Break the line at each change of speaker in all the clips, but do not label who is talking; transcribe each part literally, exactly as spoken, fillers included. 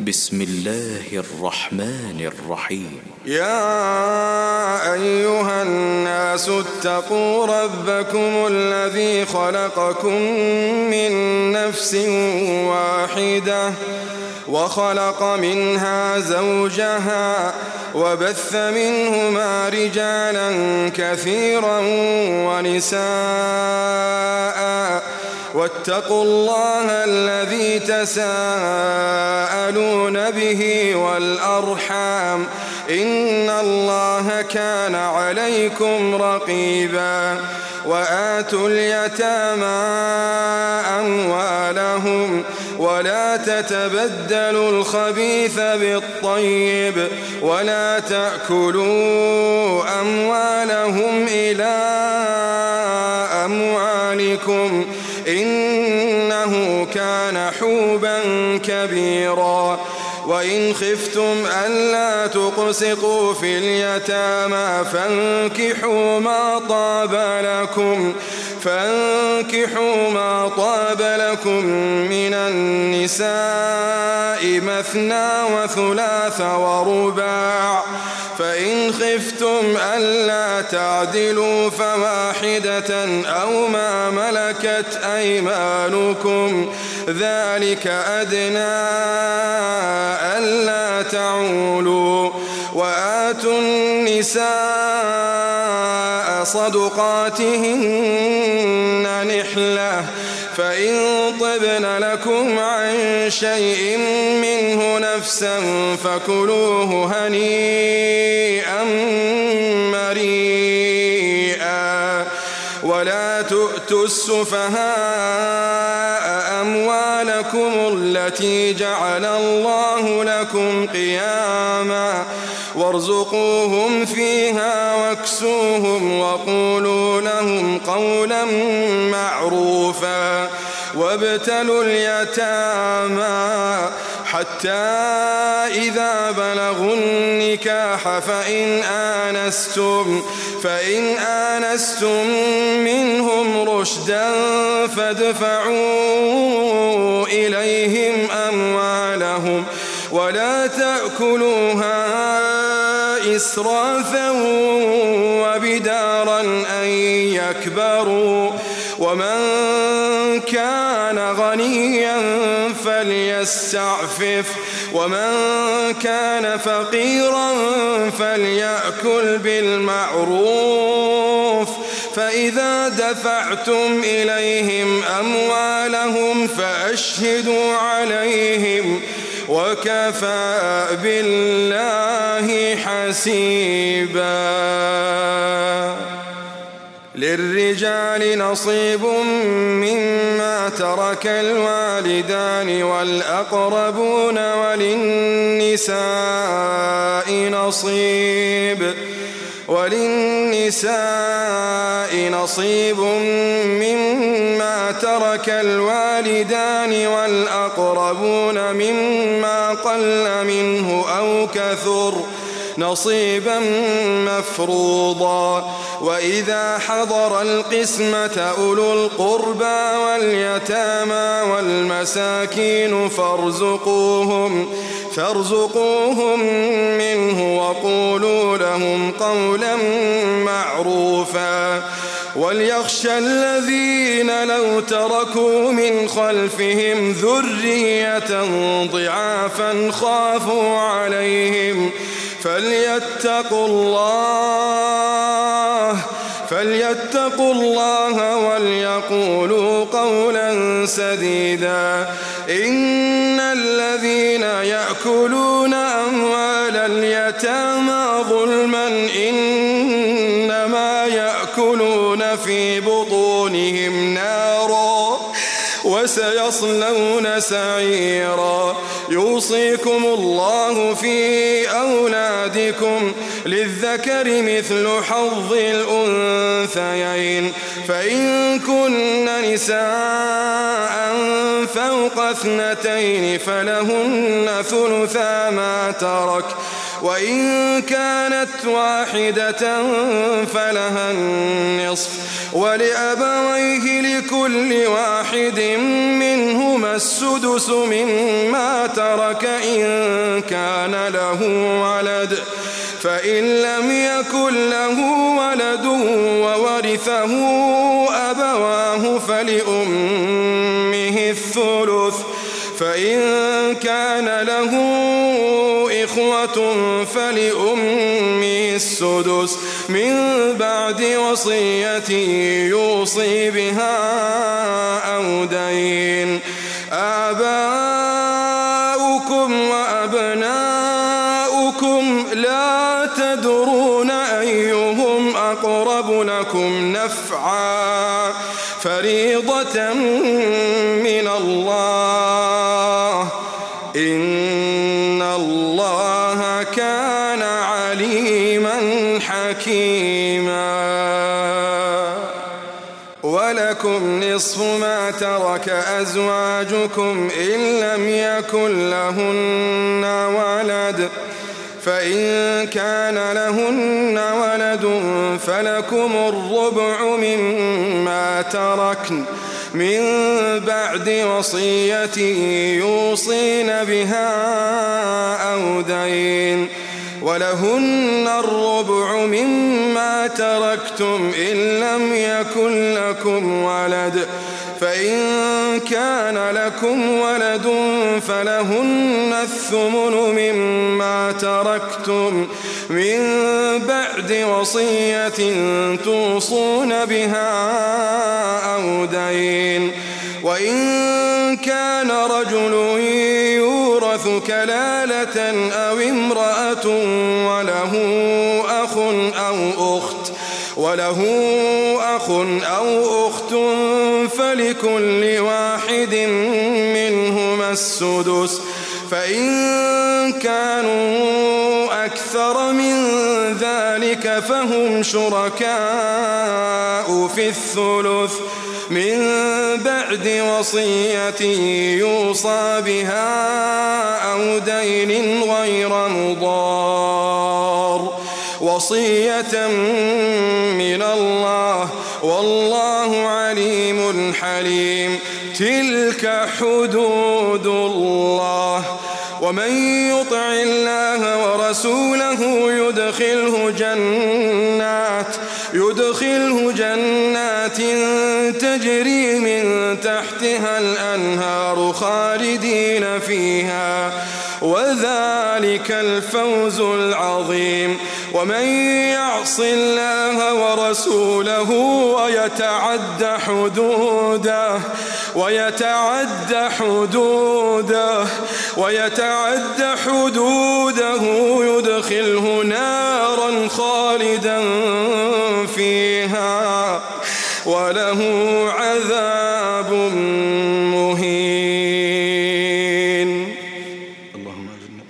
بسم الله الرحمن الرحيم.
يا أيها الناس اتقوا ربكم الذي خلقكم من نفس واحدة وخلق منها زوجها وبث منهما رجالا كثيرا ونساء واتقوا الله الذي تساءلون به والأرحام إن الله كان عليكم رقيبا. وآتوا اليتامى أموالهم ولا تتبدلوا الخبيث بالطيب ولا تأكلوا أموالهم إلى أموالكم إنه كان حوبا كبيرا. وإن خفتم ألا تقسطوا في اليتامى فانكحوا ما طاب لكم فانكحوا ما طاب لكم من النساء مثنى وثلاث ورباع فإن خفتم ألا تعدلوا فواحدة أو ما ملكت أيمانكم ذلك أدنى ألا تعولوا. وآتوا النساء صدقاتهن نحلة فإن طبن لكم عن شيء منه نفسا فكلوه هنيئا مريئا. ولا تؤتوا السفهاء أموالكم التي جعل الله لكم قياما وارزقوهم فيها واكسوهم وقولوا لهم قولا معروفا. وابتلوا اليتامى حتى إذا بلغوا النكاح فإن آنستم فإن آنستم منهم رشدا فادفعوا إليهم أموالهم ولا تأكلوها إسرافا وبدارا أن يكبروا. ومن كان غنيا فليستعفف ومن كان فقيرا فليأكل بالمعروف. فإذا دفعتم إليهم أموالهم فأشهدوا عليهم وكفى بالله حسيبا. للرجال نصيب مما ترك الوالدان والأقربون وللنساء نصيب وللنساء نصيب مما ترك الوالدان والأقربون مما قل منه أو كثر نصيبا مفروضا. وإذا حضر القسمة أولو القربى واليتامى والمساكين فارزقوهم فارزقوهم منه وقولوا لهم قولا معروفا. وليخشى الذين لو تركوا من خلفهم ذرية ضعافا خافوا عليهم فليتقوا الله فليتقوا الله وليقولوا قولا سديدا. إن الذين يأكلون أموال اليتامى ظلما إنما يأكلون في بطونهم نارا وسيصلون سعيرا. يوصيكم الله في أولادكم للذكر مثل حظ الأنثيين فإن كن نساء فوق اثنتين فلهن ثلثا ما ترك وإن كانت واحدة فلها النصف ولأبويه لكل واحد منهما السدس مما ترك إن كان له ولد فإن لم يكن له ولد وورثه أبواه فلأمه الثلث فإن كان له إخوة فلأمه السدس من بعد وصية يوصي بها أو دين. آباؤكم وأبناؤكم لا تدرون أيهم أقرب لكم نفعا فريضة من الله إن الله كان عليما حكيما. ولكم نصف ما ترك أزواجكم إن لم يكن لهن ولد فإن كان لهن ولد فلكم الربع مما تركن من بعد وصية يوصين بها أو دين. ولهن الربع مما تركتم إن لم يكن لكم ولد فإن كان لكم ولد فلهن الثمن مما تركتم من بعد وصية توصون بها أو دين. وإن كان رجل يورث كلالة أو امرأة وله أخ أو أخت وله أخ أو أخت فلكل واحد منهما السدس فإن كانوا أكثر من ذلك فهم شركاء في الثلث من بعد وصية يوصى بها أو دين غير مضار وصية من الله والله عليم حليم. تلك حدود الله ومن يطع الله ورسوله يدخله جنات يدخله جنات تجري من تحتها الأنهار خالدين فيها وذلك الفوز العظيم. ومن يعص الله ورسوله ويتعد حدوده ويتعد حدوده ويتعد حدوده يدخله نارا خالدا فيها وله عذاب مهين. اللهم أجرنا.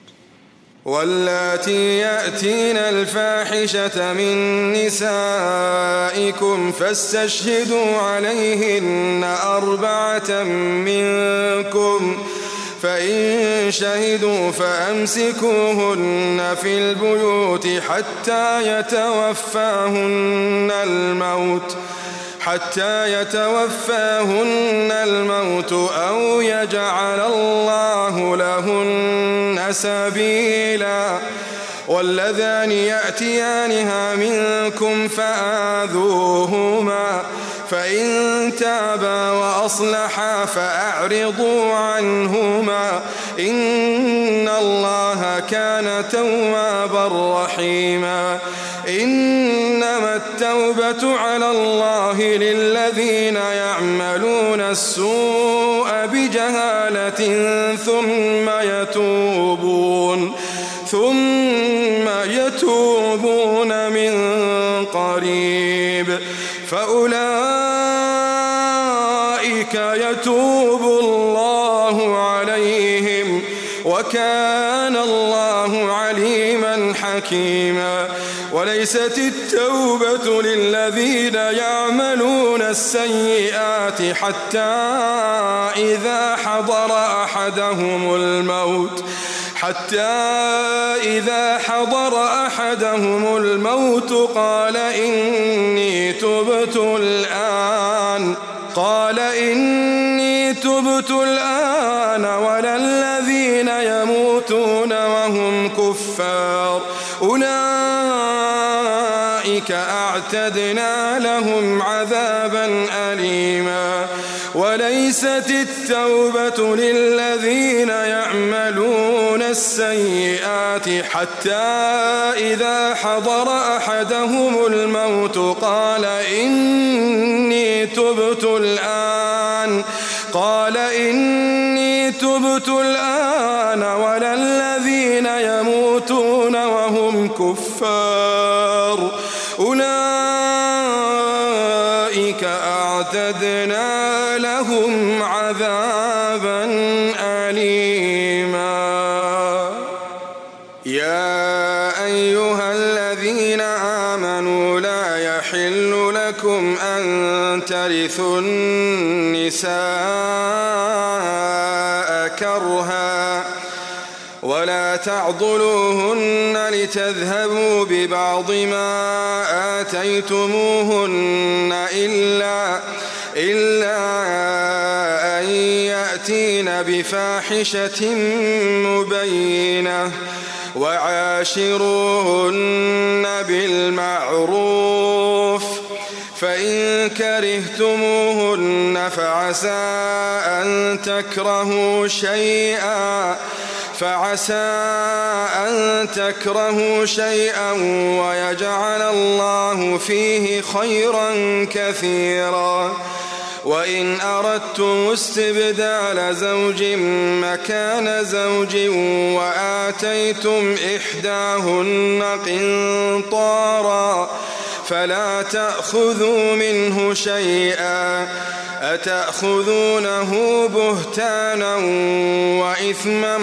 واللاتي يأتين الفاحشة من نسائكم فاستشهدوا عليهن أربعة منكم فإن شهدوا فأمسكوهن في البيوت حتى يتوفاهن الموت حتى يتوفاهن الموت أو يجعل الله لهن سبيلا. واللذان يأتيانها منكم فآذوهما فإن تابا وأصلحا فأعرضوا عنهما إن الله كان توابا رحيما. إنما التوبة على الله للذين يعملون السوء بجهالة ثم يتوبون ثم يتوبون من قريب فأولئك يتوب الله عليهم وكان الله عليما حكيما. وليست التوبة للذين يعملون السيئات حتى إذا حضر أحدهم الموت حتى إذا حضر أحدهم الموت قال إني تبت الآن قال إني تبت الآن ولا الذين يموتون وهم كفار أولئك أعتدنا لهم عذابا أليما وليست التوبة للذين يعملون السيئات حتى إذا حضر أحدهم الموت قال إني تبت الآن قال إني تبت الآن ولا الذين يموتون وهم كفار أولئك أعتدنا لهم عذابا أليما يا أيها الذين آمنوا لا يحل لكم أن ترثوا النساء كرها ولا تعضلوهن لتذهبوا ببعض ما آتيتموهن إلا, إلا أن يأتين بفاحشة مبينة وعاشروهن بالمعروف فإن كرهتموهن فعسى أن تكرهوا شيئا فعسى أن تكرهوا شيئا ويجعل الله فيه خيرا كثيرا وإن أردتم استبدال زوج مكان زوج وآتيتم إحداهن قنطارا فلا تأخذوا منه شيئا أتأخذونه بهتانا وإثما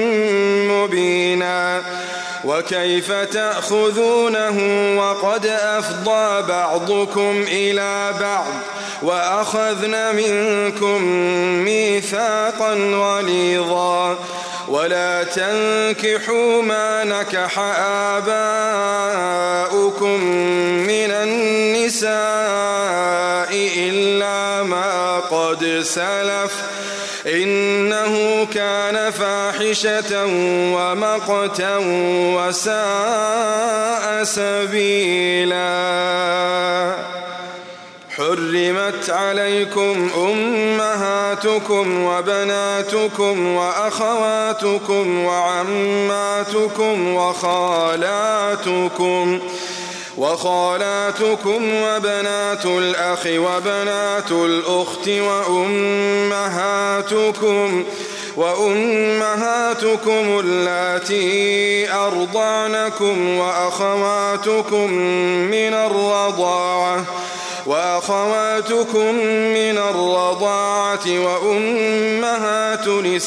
مبينا وكيف تأخذونه وقد أفضى بعضكم إلى بعض وأخذن منكم ميثاقا غليظا ولا تنكحوا ما نكح آباؤكم من النساء إلا ما قد سلف إنه كان فاحشة ومقتا وساء سبيلا حرمت عليكم أمهاتكم وبناتكم وأخواتكم وعماتكم وخالاتكم وخالاتكم وبنات الأخ وبنات الأخت وأمهاتكم وأمهاتكم اللاتي أرضعنكم وأخواتكم من الرضاعة وأخواتكم من الرضاعة وأمهات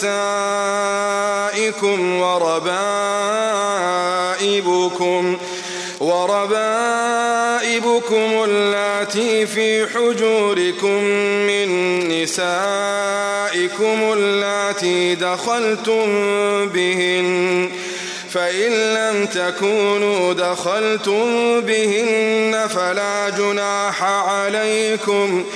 نسائكم وربائبكم وربائبكم اللاتي في حجوركم من نسائكم اللاتي دخلتم بهن فإن لم تكونوا دخلتم بهن فلا جناح عليكم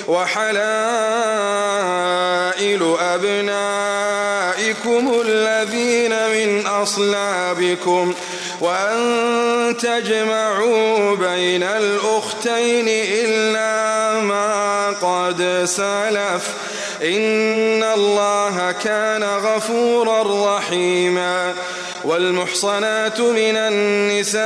وحلائل أبنائكم الذين من أصلابكم وأن تجمعوا بين الأختين إلا ما قد سلف إن الله كان غفورا رحيما والمحصنات من النساء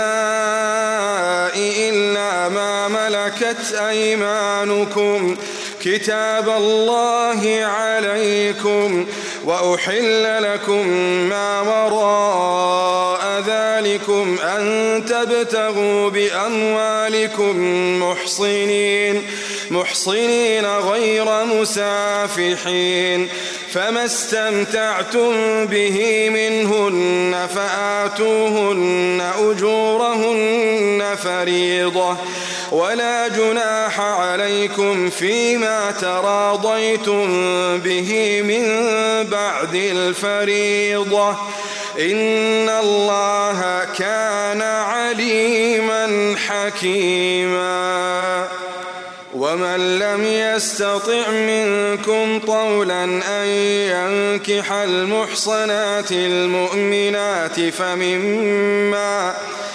إلا ما ملكت أيمانكم كتاب الله عليكم وأحل لكم ما وراء ذلكم أن تبتغوا بأموالكم محصنين محصنين غير مسافحين فما استمتعتم به منهن فآتوهن أجورهن فريضة ولا جناح عليكم فيما تراضيتم به من بعد الفريضة إن الله كان عليما حكيما. ومن لم يستطع منكم طولا أن ينكح المحصنات المؤمنات فمما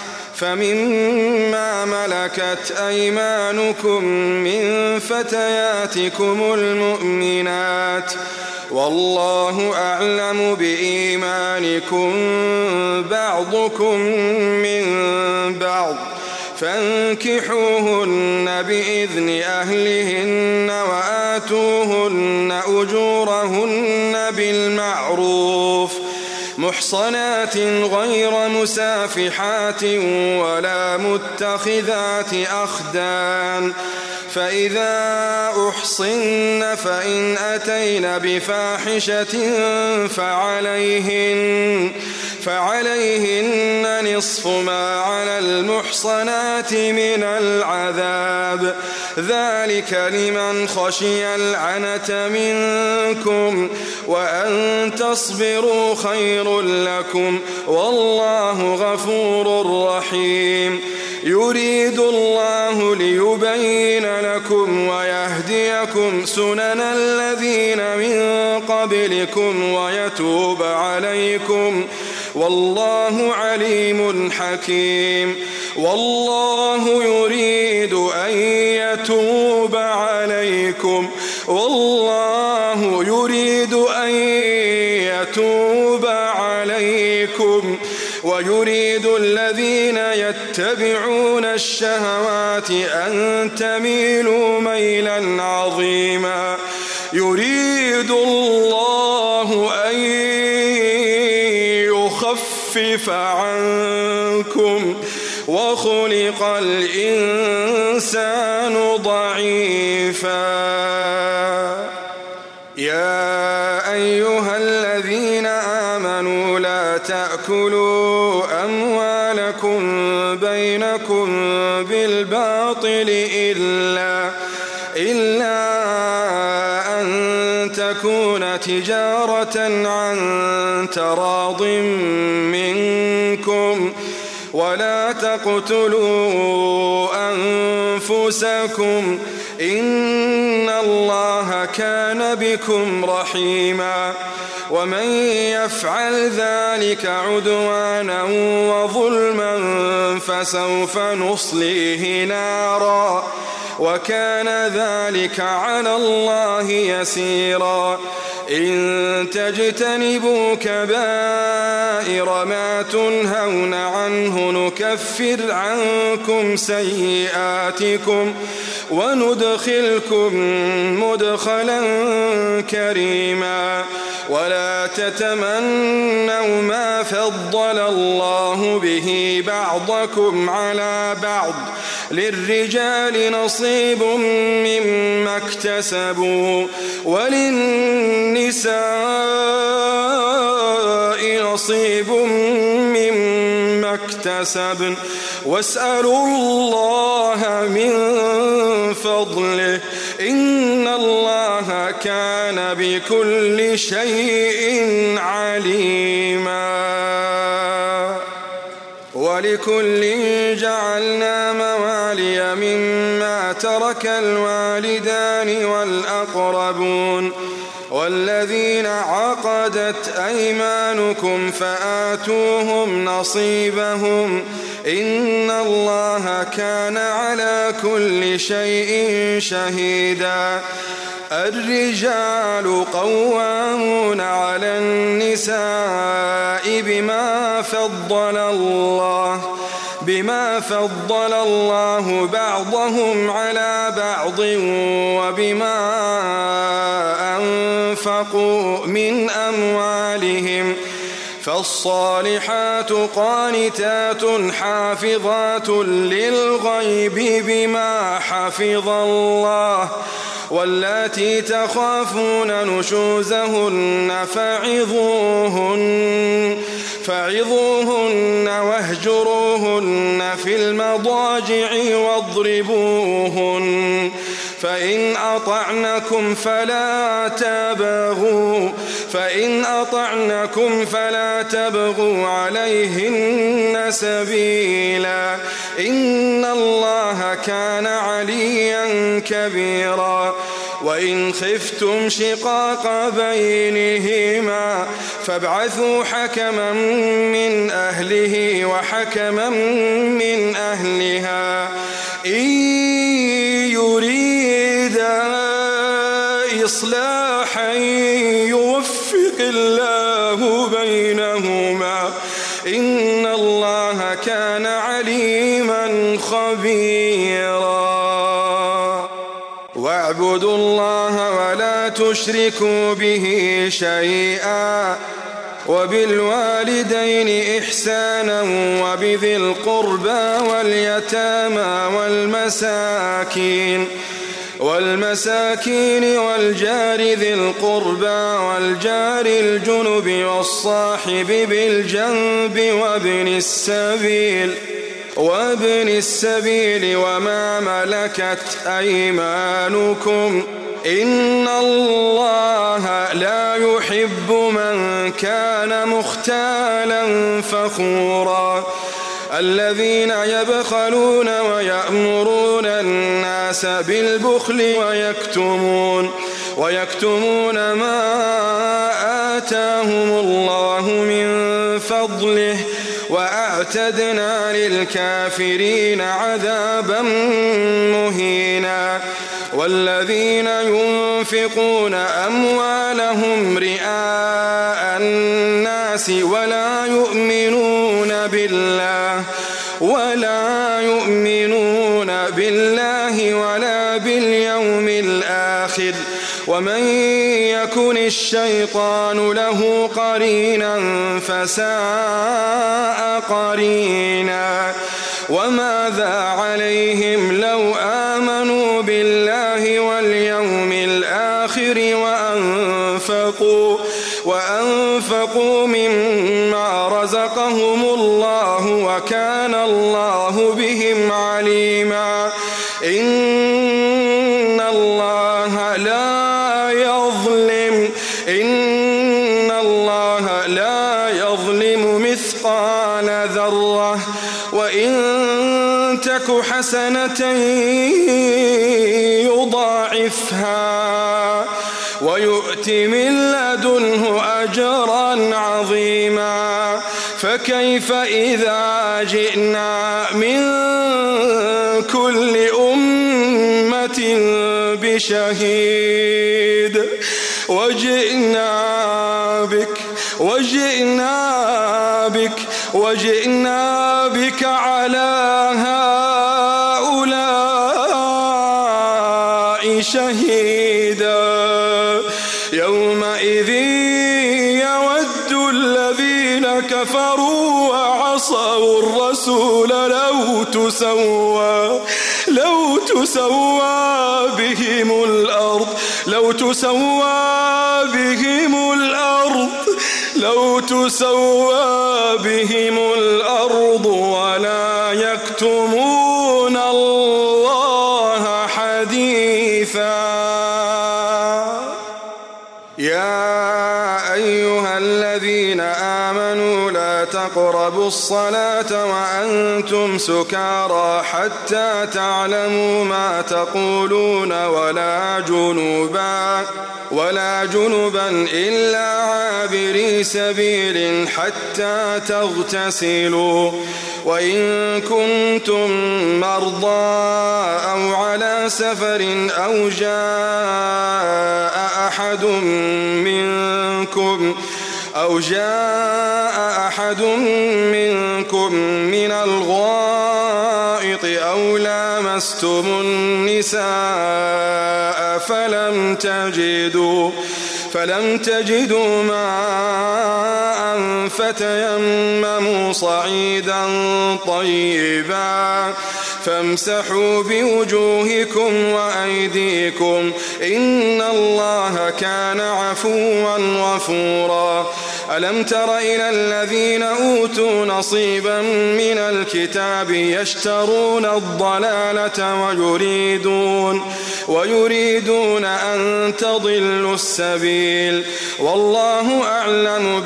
فمما ملكت أيمانكم من فتياتكم المؤمنات والله أعلم بإيمانكم بعضكم من بعض فانكحوهن بإذن أهلهن وآتوهن أجورهن بالمعروف محصنات غير مسافحات ولا متخذات أخدان فإذا أحصن فإن أتين بفاحشة فعليهن فعليهن نصف ما على المحصنات من العذاب ذلك لمن خشي العنة منكم وأن تصبروا خير لكم والله غفور رحيم. يريد الله ليبين لكم ويهديكم سنن الذين من قبلكم ويتوب عليكم والله عليم حكيم. والله يريد أن يتوب عليكم والله يريد أن يتوب عليكم ويريد الذين يتبعون الشهوات أن تميلوا ميلا عظيما. يريد الله أن يخفف عنكم وخلق الإنسان ضعيفا. يا أيها الذين آمنوا لا تأكلوا أموالكم بينكم بالباطل إلا إلا أن تكون تجارة عن تراض منكم ولا تقتلوا أنفسكم إن الله كان بكم رحيما. ومن يفعل ذلك عدوانا وظلما فسوف نصليه نارا وكان ذلك على الله يسيرا. إن تجتنبوا كبائر ما تنهون عنه نكفر عنكم سيئاتكم وندخلكم مدخلا كريما. ولا تتمنوا ما فضل الله به بعضكم على بعض للرجال نصيب مما اكتسبوا وللنساء نصيب مما اكتسبن واسألوا الله من فضله إن الله كان بكل شيء عليما. ولكل جعلنا موالي مما ترك الوالدان والأقربون والذين عقدت أيمانكم فآتوهم نصيبهم إن الله كان على كل شيء شهيدا. الرجال قوامون على النساء بما فضل الله بما فضل الله بعضهم على بعض وبما أنفقوا من أموالهم فالصالحات قانتات حافظات للغيب بما حفظ الله واللاتي تخافون نشوزهن فعظوهن فعظوهن واهجروهن في المضاجع واضربوهن فإن أطعنكم فلا تبغوا فإن أطعنكم فلا تبغوا عليهن سبيلا إن الله كان عليا كبيرا وإن خفتم شقاق بينهما فابعثوا حكما من أهله وحكما من أهلها إن يريدا إصلاحا يوفق الله بينهما إن الله كان عليما خبيرا واعبدوا الله ولا تشركوا به شيئا وبالوالدين إحسانا وبذي القربى واليتامى والمساكين والمساكين والجار ذي القربى والجار الجنب والصاحب بالجنب وابن السبيل وابن السبيل وما ملكت أيمانكم إن الله لا يحب من كان مختالا فخورا الذين يبخلون ويأمرون الناس بالبخل ويكتمون ويكتمون ما آتاهم الله من فضله وأعتدنا للكافرين عذابا مهينا والذين ينفقون أموالهم رئاء الناس ولا يؤمنون بالله ولا يؤمنون بالله ولا باليوم الآخر ومن يكن الشيطان له قرينا فساء قرينا وماذا عليهم لو آمنوا بالله واليوم الآخر وأنفقوا وأنفقوا مما رزقهم الله وكان الله بهم عليما إن الله لا يظلم إن الله لا يظلم مثقال ذرة وإن تك حسنة يضاعفها ويؤت من لدنه أجرا عظيما فكيف إذا جئنا من كل أمة بشهيد وجئنا بك وجئنا بك وجئنا بك على هؤلاء شهيدا يومئذ يود الذين كفروا وعصوا الرسول لو تسوى لو تسوى بهم الأرض لو تسوى بهم الأرض لو تسوى بهم الأرض ولا يكتمون الله حديثا يا أيها الذين آمنوا لا تقربوا الصلاة وأنتم سكارى حتى تعلموا ما تقولون ولا جنبا ولا جنبا إلا عابري سبيل حتى تغتسلوا وإن كنتم مرضى أو على سفر أو جاء أحد منكم أو جاء أحد منكم من الغائط أو لامستم النساء فلم تجدوا فلم تجدوا ماء فتيمموا صعيدا طيبا فامسحوا بوجوهكم وأيديكم إن الله كان عفوا غفورا ألم تر إلى الذين أوتوا نصيبا من الكتاب يشترون الضلالة ويريدون, ويريدون أن تضلوا السبيل والله أعلم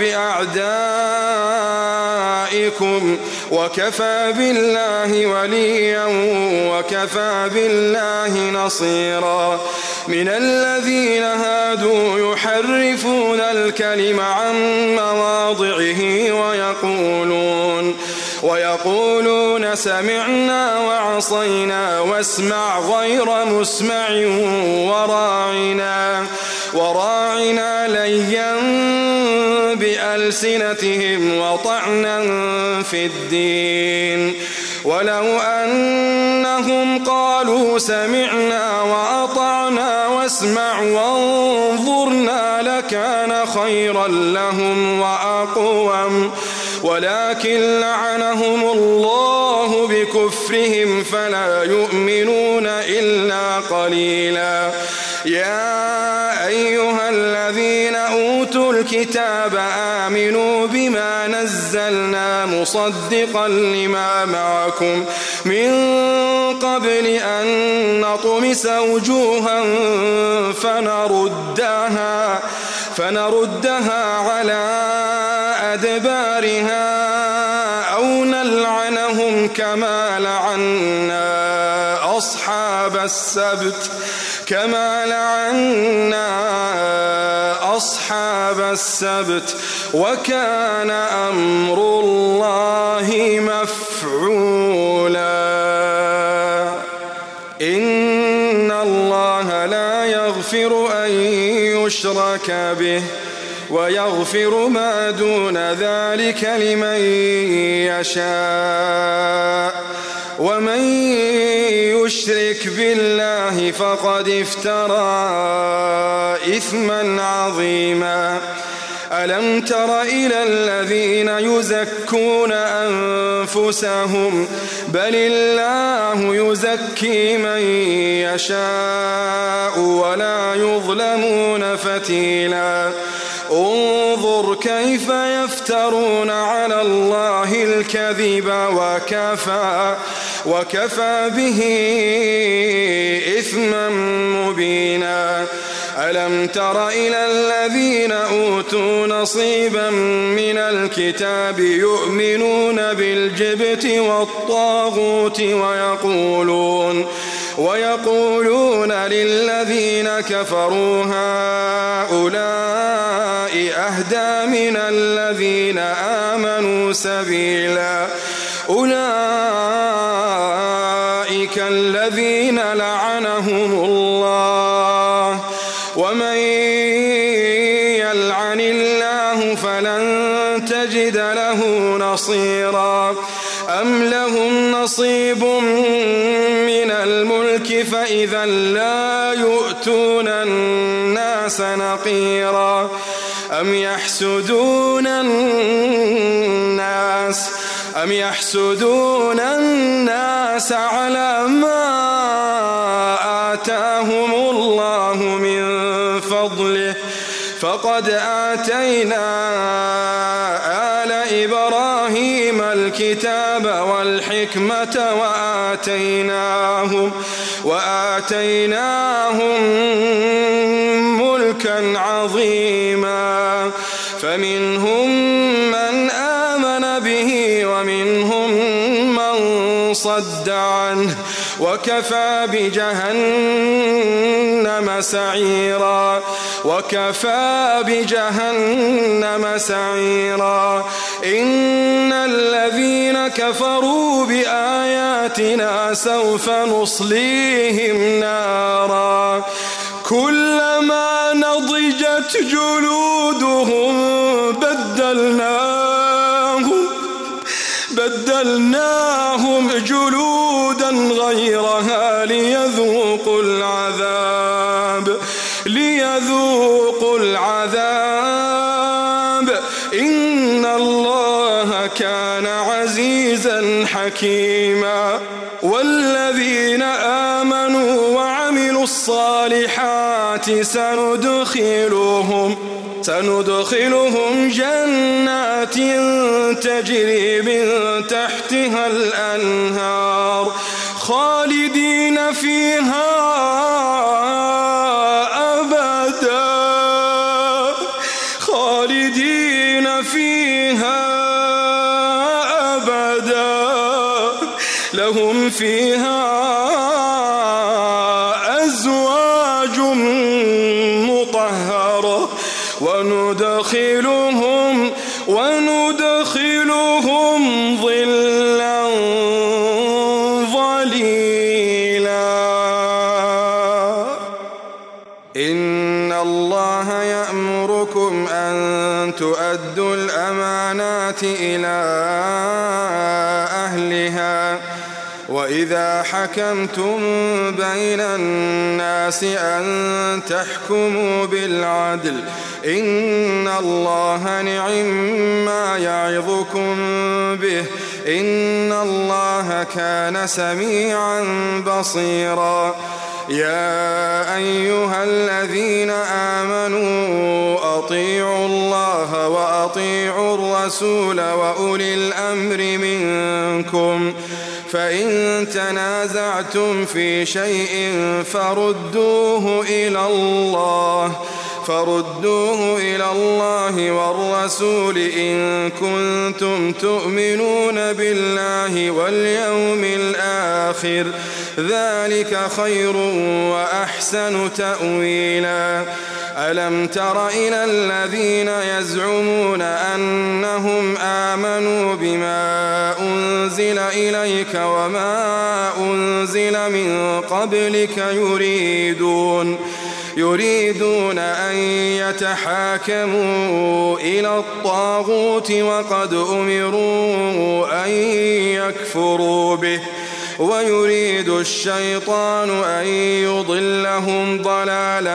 بأعدائكم وكفى بالله وليا وكفى بالله نصيرا. من الذين هادوا يحرفون الكلم عن مواضعه ويقولون ويقولون سمعنا وعصينا واسمع غير مسمع وراعنا وراعنا ليا بألسنتهم وطعنا في الدين ولو أنهم قالوا سمعنا وأطعنا واسمع وانظرنا لكان خيرا لهم وأقوم ولكن لعنهم الله بكفرهم فلا يؤمنون إلا قليلا. يا أيها الذين أوتوا الكتاب آمنوا بما نزلنا مصدقا لما معكم من قبل أن نطمس وجوها فنردها, فنردها على أدبارها أو نلعنهم كما لعنا أصحاب السبت كما لعنا أصحاب السبت وكان أمر الله مفعولا. إن الله لا يغفر أن يشرك به ويغفر ما دون ذلك لمن يشاء ومن يشرك بالله فقد افترى إثما عظيما. ألم تر إلى الذين يزكون أنفسهم بل الله يزكي من يشاء ولا يظلمون فتيلا. انظر كيف يفترون على الله الكذب وكفى, وكفى به إثما مبينا. ألم تر إلى الذين أوتوا نصيبا من الكتاب يؤمنون بالجبت والطاغوت ويقولون ويقولون للذين كفروا هؤلاء أهدى من الذين آمنوا سبيلا. أولئك الذين لعنهم الله ومن يلعن الله فلن تجد له نصيرا. أم لهم نصيب من الملك فإذا لا يؤتون الناس نقيرا. أم يحسدون الناس أم يحسدون الناس على ما آتاهم الله من فضله فقد آتينا آل إبراهيم الكتاب والحكمة وآتيناهم, وآتيناهم ملكا عظيما. فمنهم من آمن به ومنهم من صد عنه وكفى بجهنم سعيرا. وكفى بجهنم سعيرا. إن الذين كفروا بآياتنا سوف نصليهم نارا كلما نضجت جلودهم بدلناهم بدلناهم جلودا غيرها ليذوقوا العذاب ليذوقوا العذاب إن الله كان عزيزا حكيما. والذين آمنوا وعملوا الصالحات سندخلهم سندخلهم جنات تجري من تحتها الأنهار خالدين فيها أبدا خالدين فيها أبدا لهم فيها أزواج مطهرة وندخلهم وندخلهم ظلا ظليلا. إن الله يأمركم أن تؤدوا الأمانات إلى أهلها وإذا حكمتم بين الناس أن تحكموا بالعدل إن الله نعم يعظكم به إن الله كان سميعا بصيرا. يا أيها الذين آمنوا أطيعوا الله وأطيعوا الرسول وأولي الأمر منكم فإن تنازعتم في شيء فردوه إلى الله فردوه إلى الله والرسول إن كنتم تؤمنون بالله واليوم الآخر ذلك خير وأحسن تأويلا. ألم تر إلى الذين يزعمون أنهم آمنوا بما أنزل إليك وما أنزل من قبلك يريدون يريدون أن يتحاكموا إلى الطاغوت وقد أمروا أن يكفروا به ويريد الشيطان أن يضلهم ضلالا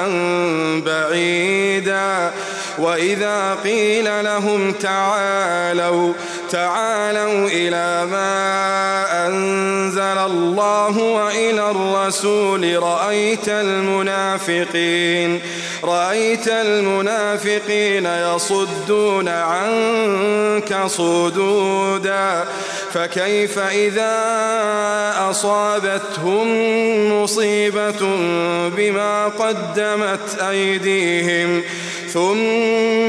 بعيدا. وإذا قيل لهم تعالوا تعالوا إلى ما أنزل الله وإلى الرسول رأيت المنافقين رأيت المنافقين يصدون عنك صدودا فكيف إذا أصابتهم مصيبة بما قدمت أيديهم ثم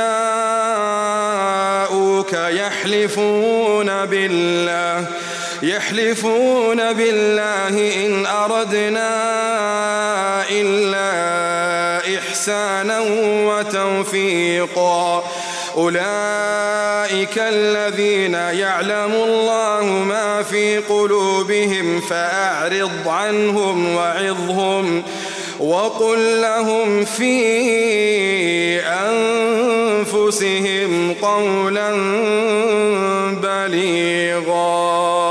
جاءوك يحلفون بالله يحلفون بالله إن أردنا إلا إحسانا وتوفيقا أولئك الذين يعلم الله ما في قلوبهم فأعرض عنهم وعظهم وقل لهم في أنفسهم قولا بليغا.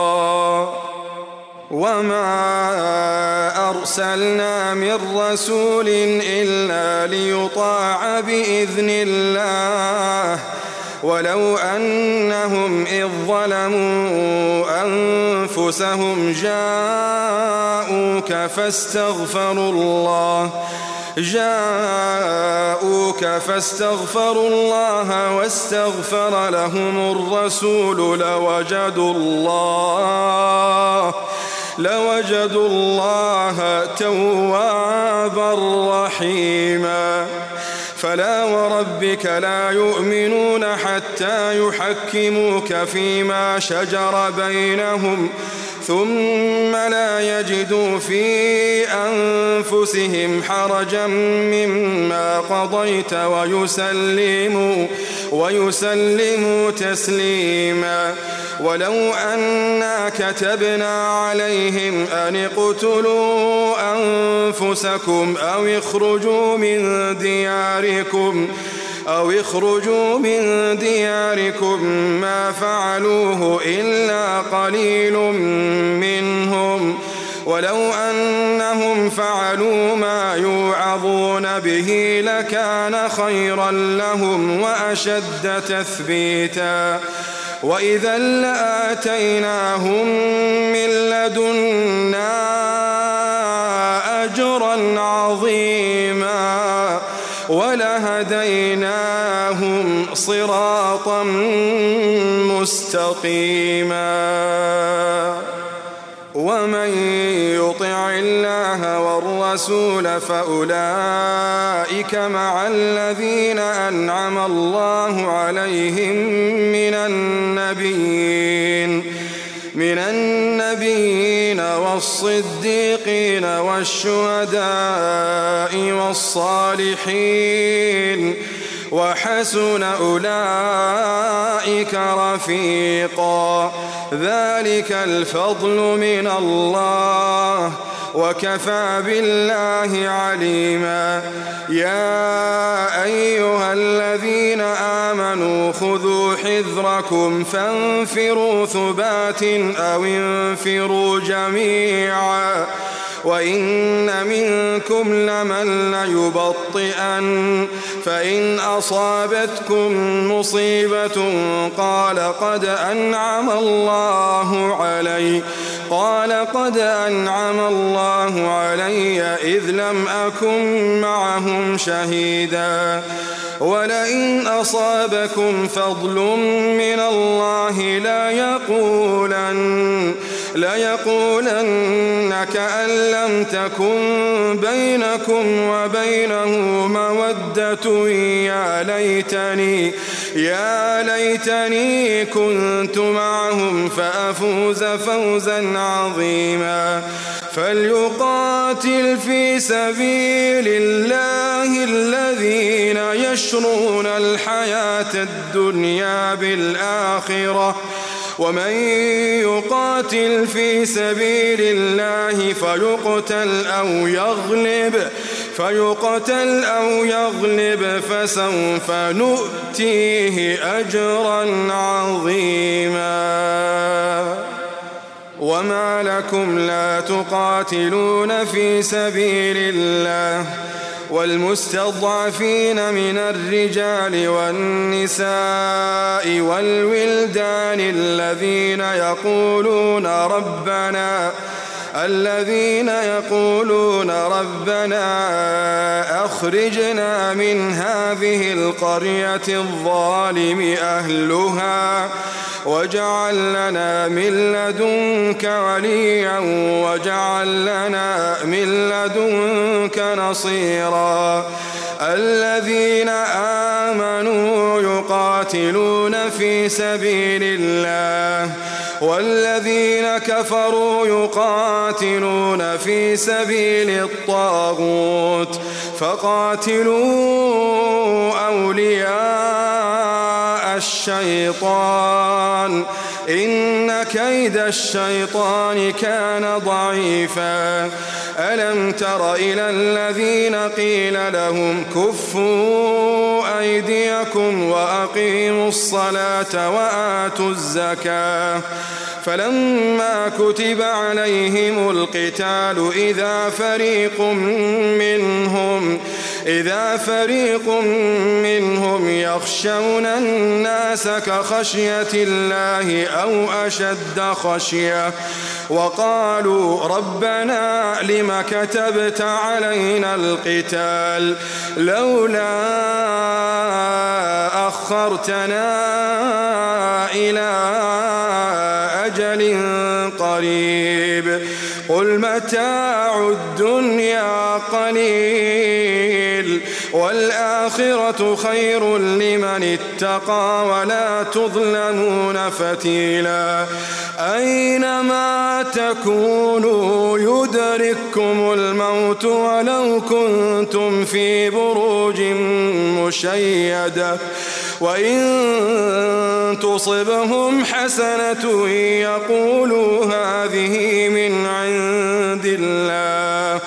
وما أرسلنا من رسول إلا ليطاع بإذن الله ولو أنهم إذ ظلموا أنفسهم جاءوك فاستغفروا الله جاءوك فاستغفروا الله واستغفر لهم الرسول لوجدوا الله لوجدوا الله توابا رحيما. فلا وربك لا يؤمنون حتى يحكموك فيما شجر بينهم ثم لا يجدوا في أنفسهم حرجا مما قضيت ويسلموا ويسلموا تسليما. ولو أنا كتبنا عليهم أن اقتلوا أنفسكم أو اخرجوا من دياركم أو اخرجوا من دياركم ما فعلوه إلا قليل منهم ولو أنهم فعلوا ما يوعظون به لكان خيرا لهم وأشد تثبيتا. وإذا لآتيناهم من لدنا أجرا عظيما ولا لهديناهم صراطا مستقيما ومن يطع الله والرسول فأولئك مع الذين أنعم الله عليهم من النبيين من النبيين والصديقين والشهداء والصالحين وحسن أولئك رفيقا ذلك الفضل من الله وكفى بالله عليما يا أيها الذين آمنوا خذوا حذركم فانفروا ثبات أو انفروا جميعا وإن منكم لمن ليبطئن فإن أصابتكم مصيبة قال قد أنعم الله علي قال قد أنعم الله علي إذ لم أكن معهم شهيدا ولئن أصابكم فضل من الله لا يقولن ليقولن كأن لم تكن بينكم وبينه مودة يا ليتني يا ليتني كنت معهم فأفوز فوزا عظيما فليقاتل في سبيل الله الذين يشرون الحياة الدنيا بالآخرة ومن يقاتل في سبيل الله فيقتل أو يغلب فيقتل أو يغلب فسوف نؤتيه أجرا عظيما وما لكم لا تقاتلون في سبيل الله والمستضعفين من الرجال والنساء والولدان الذين يقولون ربنا الذين يقولون ربنا أخرجنا من هذه القرية الظالم أهلها واجعل لنا من لدنك وليا واجعل لنا من لدنك نصيرا الذين آمنوا يقاتلون في سبيل الله والذين كفروا يقاتلون في سبيل الطاغوت فقاتلوا أولياء الشيطان إن كيد الشيطان كان ضعيفا ألم تر إلى الذين قيل لهم كفوا أيديكم وأقيموا الصلاة وآتوا الزكاة فلما كتب عليهم القتال إذا فريق منهم إذا فريق منهم يخشون الناس كخشية الله أو أشد خشية وقالوا ربنا لم كتبت علينا القتال لولا أخرتنا إلى أجل قريب قل متاع الدنيا قليل والآخرة خير لمن اتقى ولا تظلمون فتيلا أينما تكونوا يدرككم الموت ولو كنتم في بروج مشيدة وإن تصبهم حسنة يقولوا هذه من عند الله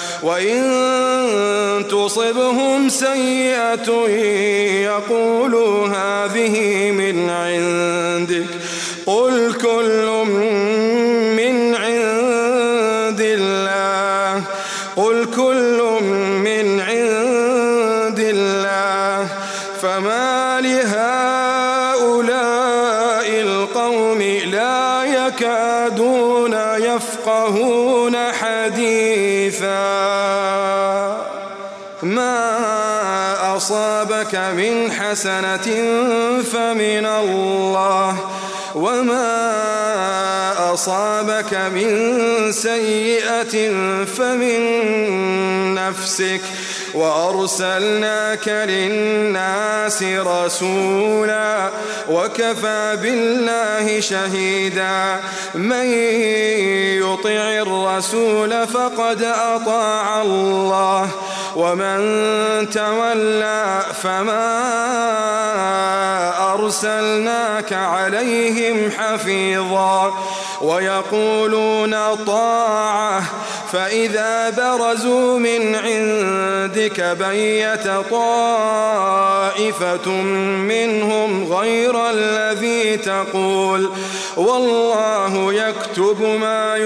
وإن تصبهم سيئة يقولوا هذه من عندك قل كل من عند الله قل كل من عند الله فما لهؤلاء القوم لا يكادون يفقهون حديثا ما أصاب أصابك من حسنة فمن الله وما أصابك من سيئة فمن نفسك وأرسلناك للناس رسولا وكفى بالله شهيدا من يطع الرسول فقد أطاع الله ومن تولى فما أرسلناك عليهم حفيظا ويقولون طاعة فإذا برزوا من عندك بيت طائفة منهم غير الذي تقول والله يكتب ما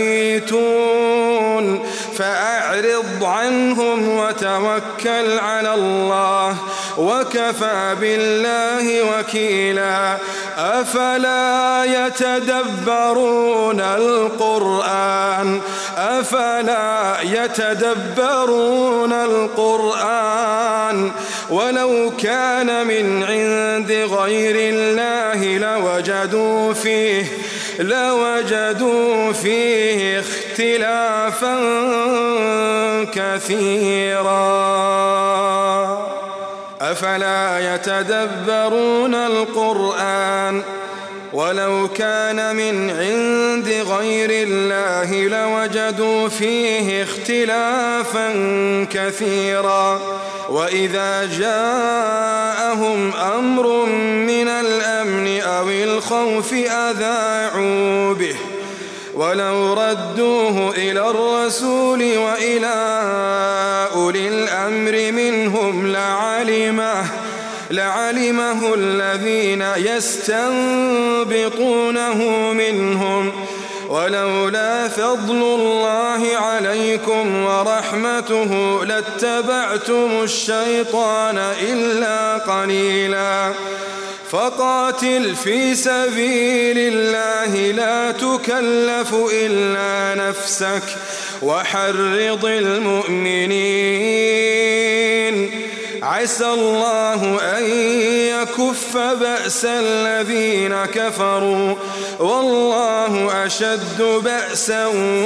يبيتون فأعرض عنهم وتوكل على الله وكفى بالله وكيلا أفلا يتدبرون القرآن أفلا يتدبرون القرآن ولو كان من عند غير الله لوجدوا فيه لوجدوا فيه اختلافا كثيرا أفلا يتدبرون القرآن ولو كان من عند غير الله لوجدوا فيه اختلافا كثيرا وإذا جاءهم أمر من الأمن أو الخوف أذاعوا به ولو ردوه إلى الرسول وإلى أولي الأمر منهم لعلمه لعلمه الذين يستنبطونه منهم ولولا فضل الله عليكم ورحمته لاتبعتم الشيطان إلا قليلا فقاتل في سبيل الله لا تكلف إلا نفسك وحرض المؤمنين عسى الله أن يكف بأس الذين كفروا والله أشد بأسا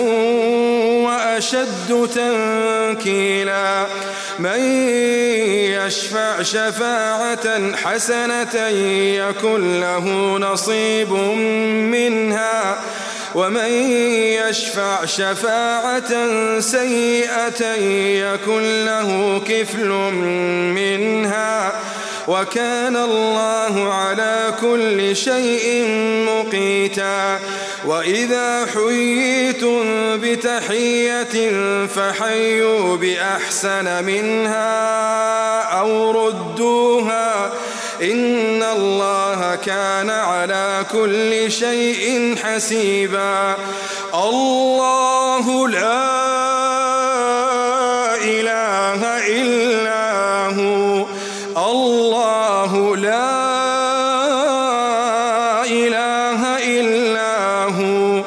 وأشد تنكيلا من يشفع شفاعة حسنة يكن له نصيب منها ومن يشفع شفاعة سيئة يكن له كفل منها وكان الله على كل شيء مقيتا وإذا حييتم بتحية فحيوا بأحسن منها أو ردوها إن الله كان على كل شيء حسيبا الله لا إله إلا هو الله لا إله إلا هو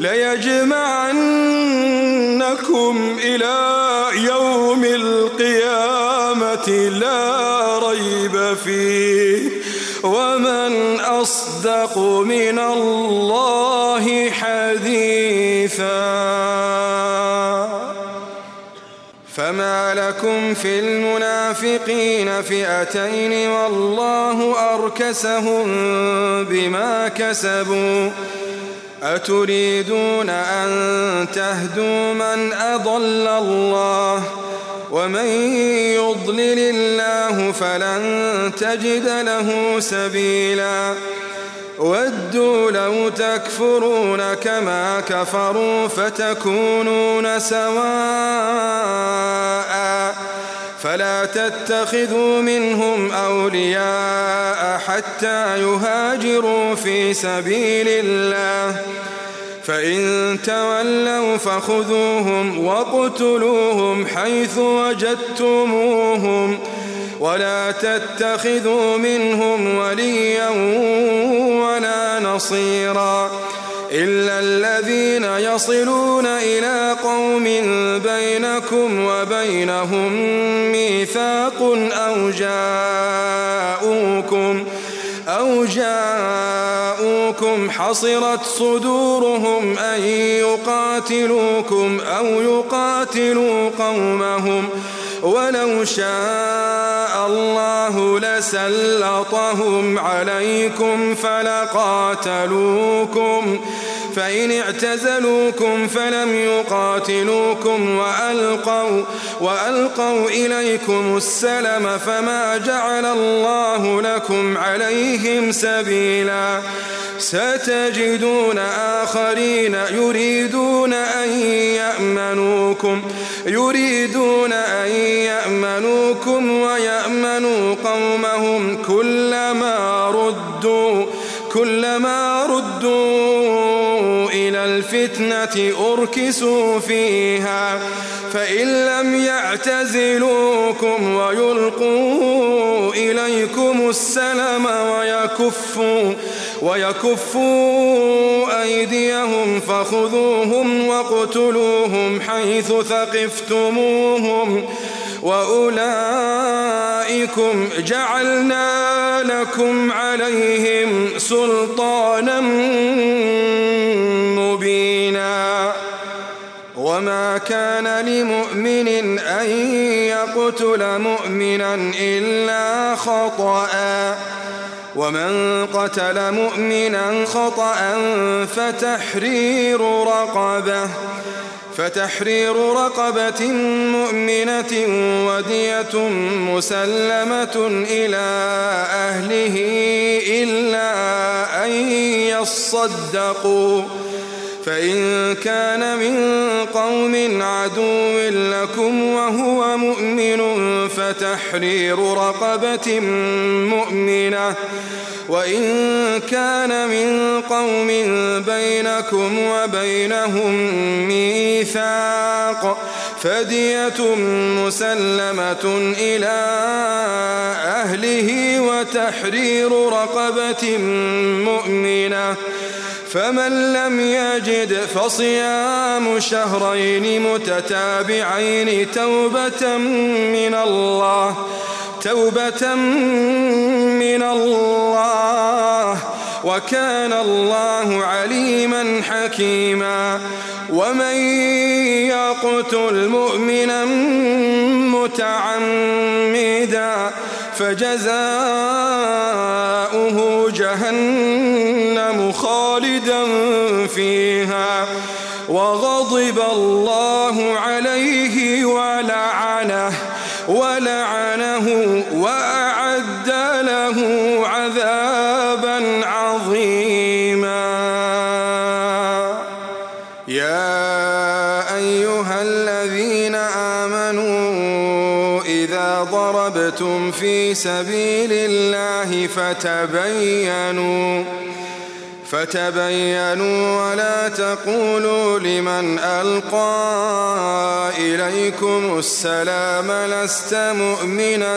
ليجمعنكم إلى يوم القيامة لا ريب فيه ومن أصدق من الله حديثا فما لكم في المنافقين فئتين والله أركسهم بما كسبوا أتريدون أن تهدوا من أضل الله ومن يضلل الله فلن تجد له سبيلا ودوا لو تكفرون كما كفروا فتكونون سواء فلا تتخذوا منهم أولياء حتى يهاجروا في سبيل الله فإن تولوا فخذوهم واقتلوهم حيث وجدتموهم ولا تتخذوا منهم وليا ولا نصيرا إلا الذين يصلون إلى قوم بينكم وبينهم ميثاق أو جاءوكم أو جاءوكم حصرت صدورهم أن يقاتلوكم أو يقاتلوا قومهم ولو شاء الله لسلطهم عليكم فلقاتلوكم فإن اعتزلوكم فلم يقاتلوكم وألقوا, وألقوا إليكم السلم فما جعل الله لكم عليهم سبيلا ستجدون آخرين يريدون أن يأمنوكم يريدون أن يأمنوكم ويأمنوا قومهم كلما ردوا كلما ردوا إلى الفتنة أركسوا فيها فإن لم يعتزلوكم ويلقوا إليكم السلم ويكفوا ويكفوا أيديهم فخذوهم واقتلوهم حيث ثقفتموهم وأولئكم جعلنا لكم عليهم سلطانا مبينا وما كان لمؤمن أن يقتل مؤمنا إلا خطأ ومن قتل مؤمنا خطأ فتحرير رقبة فتحرير رقبة مؤمنة ودية مسلمة إلى أهله إلا أن يصدقوا فإن كان من قوم عدو لكم وهو مؤمن فتحرير رقبة مؤمنة وإن كان من قوم بينكم وبينهم ميثاق فدية مسلمة إلى أهله وتحرير رقبة مؤمنة فمن لم يجد فصيام شهرين متتابعين توبة من الله توبة من الله وكان الله عليما حكيما ومن يقتل مؤمنا متعمدا فجزاؤه جهنم خالدا فيها وغضب الله عليه ولعنه ولعنه وأعد له عذابا عظيما. يا أيها الذين آمنوا إذا ضربتم في سبيل الله فتبينوا فتبينوا ولا تقولوا لمن ألقى إليكم السلام لست مؤمنا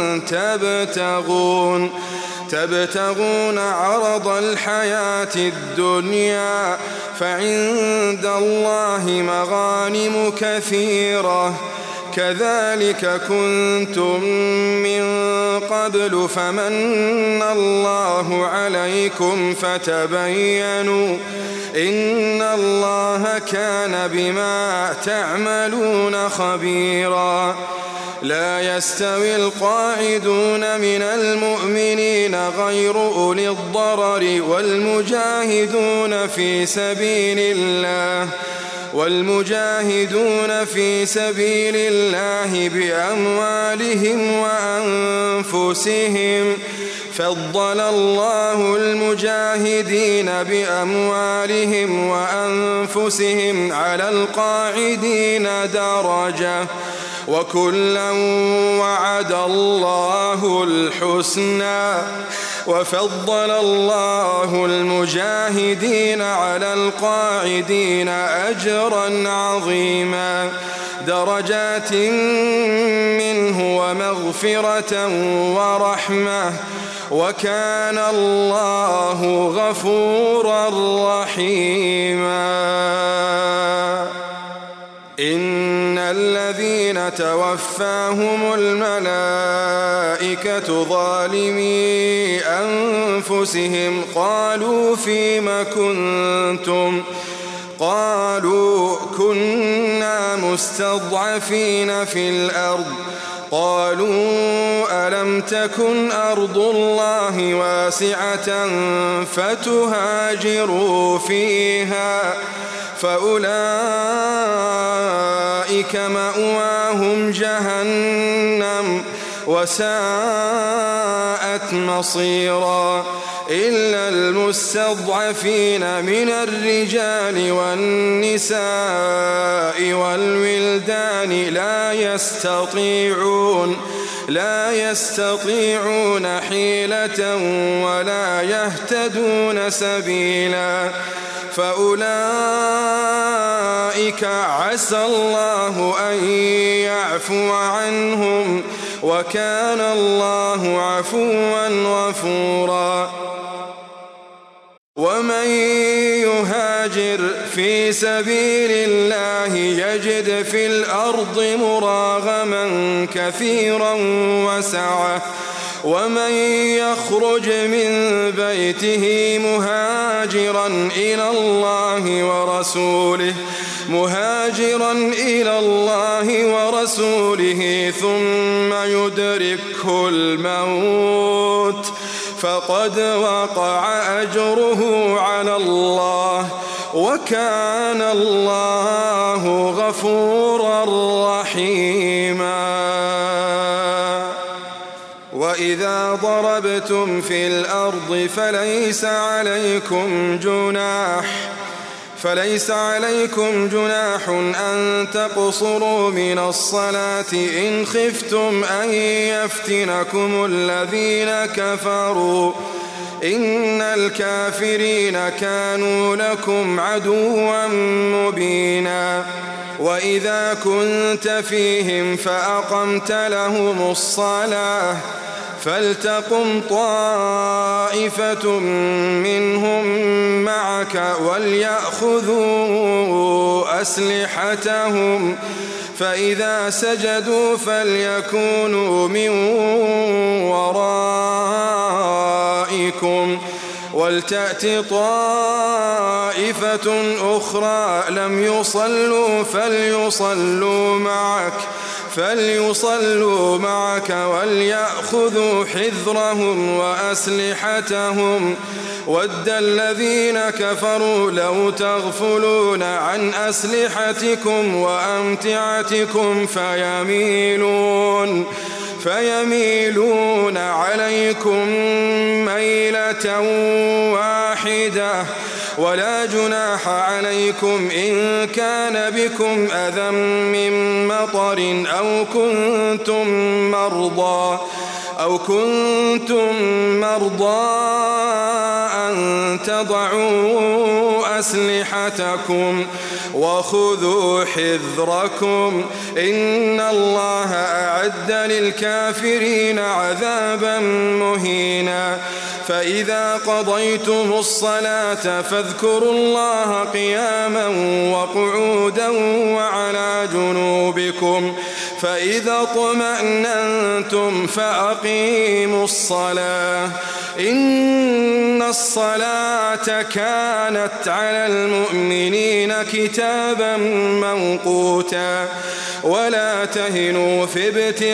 تبتغون تبتغون عرض الحياة الدنيا فعند الله مغانم كثيرة كذلك كنتم من قبل فمن الله عليكم فتبينوا إن الله كان بما تعملون خبيرا. لا يستوي القاعدون من المؤمنين غير أولي الضرر والمجاهدون في سبيل الله والمجاهدون في سبيل الله بأموالهم وأنفسهم فضل الله المجاهدين بأموالهم وأنفسهم على القاعدين درجة وكلا وعد الله الحسنى وفضل الله المجاهدين على القاعدين أجرا عظيما درجات منه ومغفرة ورحمة وكان الله غفورا رحيما. إن الذين توفاهم الملائكة ظالمي أنفسهم قالوا فيم كنتم قالوا كنا مستضعفين في الأرض قالوا ألم تكن أرض الله واسعة فتهاجروا فيها فأولئك مأواهم جهنم وساءت مصيرا. إلا المستضعفين من الرجال والنساء والولدان لا يستطيعون لا يستطيعون حيلة ولا يهتدون سبيلا فأولئك عسى الله أن يعفو عنهم وكان الله عفوا غفورا. ومن يهاجر في سبيل الله يجد في الأرض مراغما كثيرا وسعة ومن يخرج من بيته مهاجرا إلى الله ورسوله مهاجرا إلى الله ورسوله ثم يدركه الموت فقد وقع أجره على الله وكان الله غفورا رحيما. وإذا ضربتم في الأرض فليس عليكم جناح فليس عليكم جناح أن تقصروا من الصلاة إن خفتم أن يفتنكم الذين كفروا إن الكافرين كانوا لكم عدوا مبينا. وإذا كنت فيهم فأقمت لهم الصلاة فلتقم طائفة منهم معك وليأخذوا أسلحتهم فإذا سجدوا فليكونوا من ورائكم ولتأت طائفة أخرى لم يصلوا فليصلوا معك فليصلوا معك وليأخذوا حذرهم وأسلحتهم ود الذين كفروا لو تغفلون عن أسلحتكم وأمتعتكم فيميلون فيميلون عليكم ميلة واحدة ولا جناح عليكم إن كان بكم أذى من مطر أو كنتم مرضى أو كنتم مرضى أن تضعوا أسلحتكم وخذوا حذركم إن الله أعد للكافرين عذابا مهينا. فإذا قضيتم الصلاة فاذكروا الله قياما وقعودا وعلى جنوبكم فإذا اطمأننتم فأقيموا الصلاة إن الصلاة كانت على المؤمنين كتابا موقوتا. ولا تهنوا في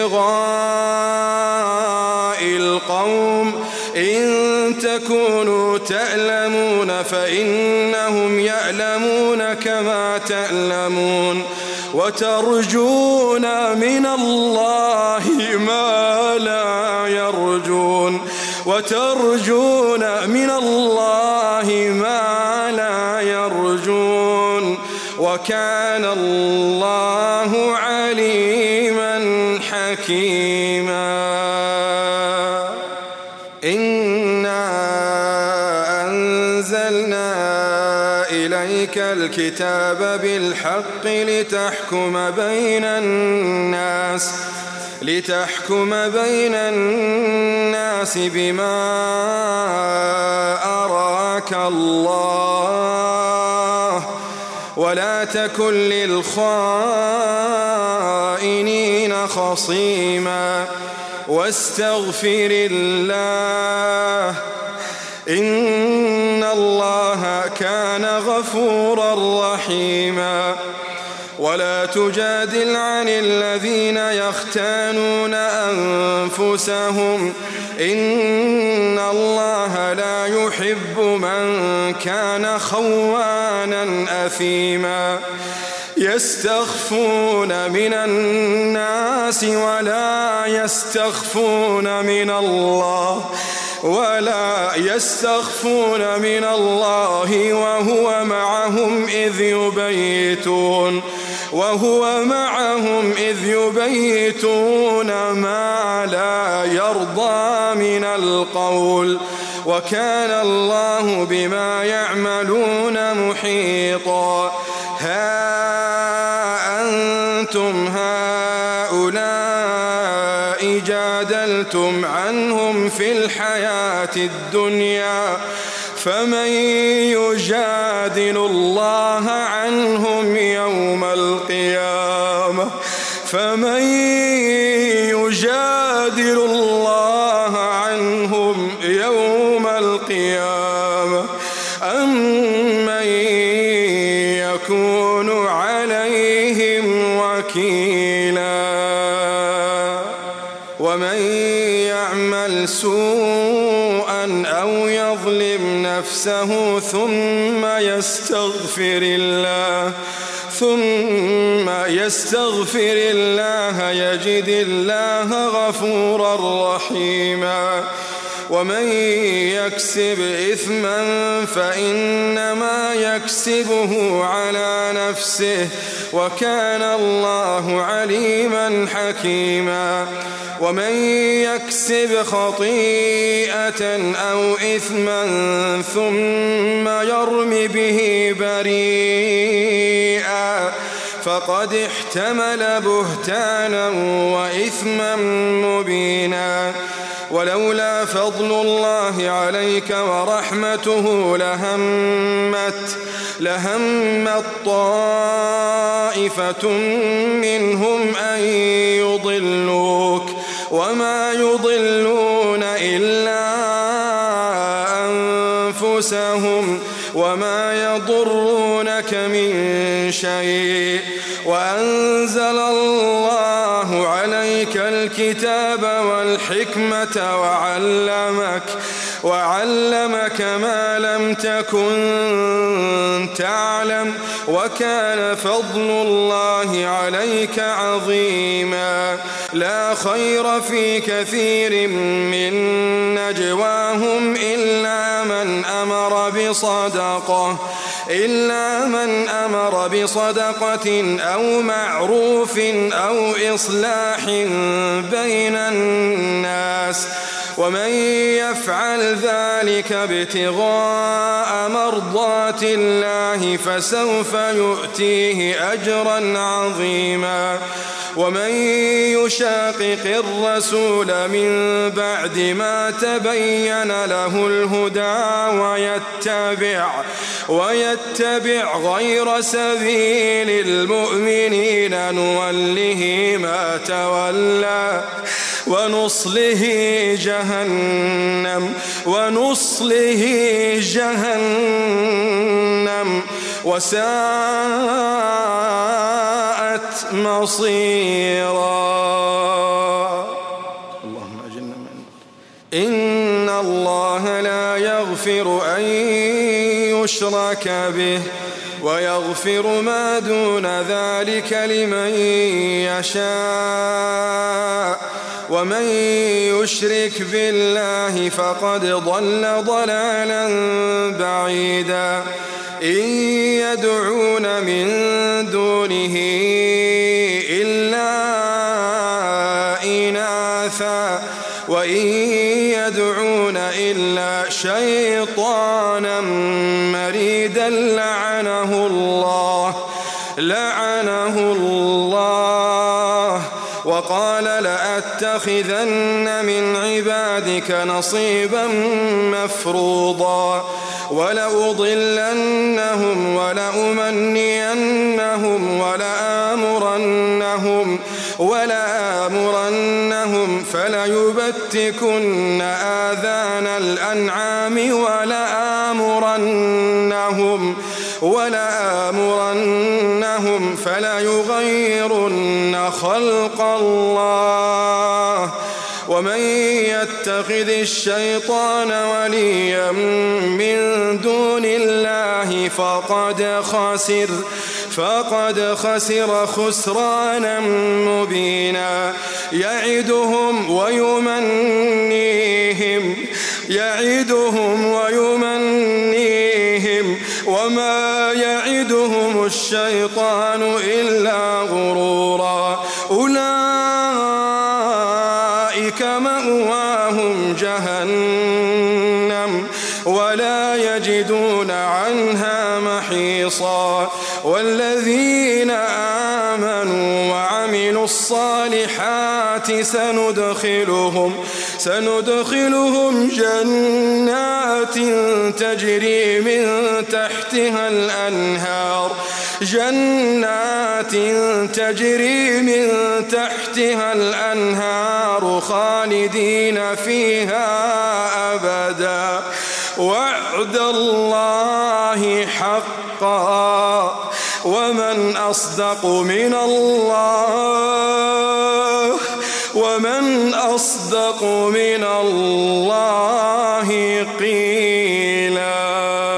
ابتغاء القوم إن تكونوا تألمون فإنهم يألمون كما تألمون وترجون من الله ما لا يرجون وترجون من الله ما لا يرجون وكان الله عليما حكيما. إنا أنزلنا إليك الكتاب بالحق لتحكم بين الناس لتحكم بين الناس بما أراك الله ولا تكن للخائنين خصيما واستغفر الله إن الله كان غفورا رحيما ولا تجادل عن الذين يختانون أنفسهم إن الله لا يحب من كان خوانا أثيما يستخفون من الناس ولا يستخفون من الله ولا يستخفون من الله وهو معهم إذ يبيتون وهو معهم إذ يبيتون ما لا يرضى من القول وكان الله بما يعملون محيطا ها أنتم هؤلاء جادلتم عنهم في الحياة الدنيا فمن يجادل الله عنهم يوم القيامة فمن يجادل الله عنهم يوم القيامة أمن يكون عليهم وكيلا ومن يعمل سوءا أو يظلم نفسه ثم يستغفر الله ثم يستغفر الله يجد الله غفورا رحيما ومن يكسب إثما فإنما يكسبه على نفسه وكان الله عليما حكيما ومن يكسب خطيئة أو إثما ثم يرم به بريئا فقد احتمل بهتانا وإثما مبينا ولولا فضل الله عليك ورحمته لهمت لهمت طائفة منهم أن يضلوك وما يضلون إلا أنفسهم وما يضرونك من شيء وأنزل الله عليك الكتاب والحكمة وعلمك وعلمك ما لم تكن تعلم وكان فضل الله عليك عظيما لا خير في كثير من نجواهم إلا من أمر بصدقة إلا من أمر بصدقة أو معروف أو إصلاح بين الناس ومن يفعل ذلك ابتغاء مرضات الله فسوف يؤتيه أجرا عظيما ومن يشاقق الرسول من بعد ما تبين له الهدى ويتبع ويتبع غير سبيل المؤمنين نوله ما تولى ونصله جهنم ونصله جهنم وساءت مصيرا اللهم أجرنا من إن الله لا يغفر أن يشرك به ويغفر ما دون ذلك لمن يشاء ومن يشرك بالله فقد ضل ضلالا بعيدا إن يدعون من دونه إلا إناثا وإن يدعون إلا شيطانا مريدا لعنه الله لعنه الله وقال لأتخذن من عبادك نصيبا مفروضا ولأضلنهم ولأمنينهم ولآمرنهم ولآمرنهم فليبتكن آذان الأنعام ولآمرنهم ولآمرنهم فليغيرن خلق الله ومن يتخذ الشيطان وليا من دون الله فقد خسر فقد خسر خسرانا مبينا يعدهم ويمنيهم يعدهم ويمنيهم وما يعدهم الشيطان إلا غرورا أولئك مأواهم جهنم ولا يجدون عنها محيصا والذين آمنوا وعملوا الصالحات سندخلهم سندخلهم جنات تجري من تحتها الأنهار جنات تجري من تحتها الأنهار خالدين فيها أبدا وعد الله حقا ومن أصدق من الله ومن أصدق من الله قيلا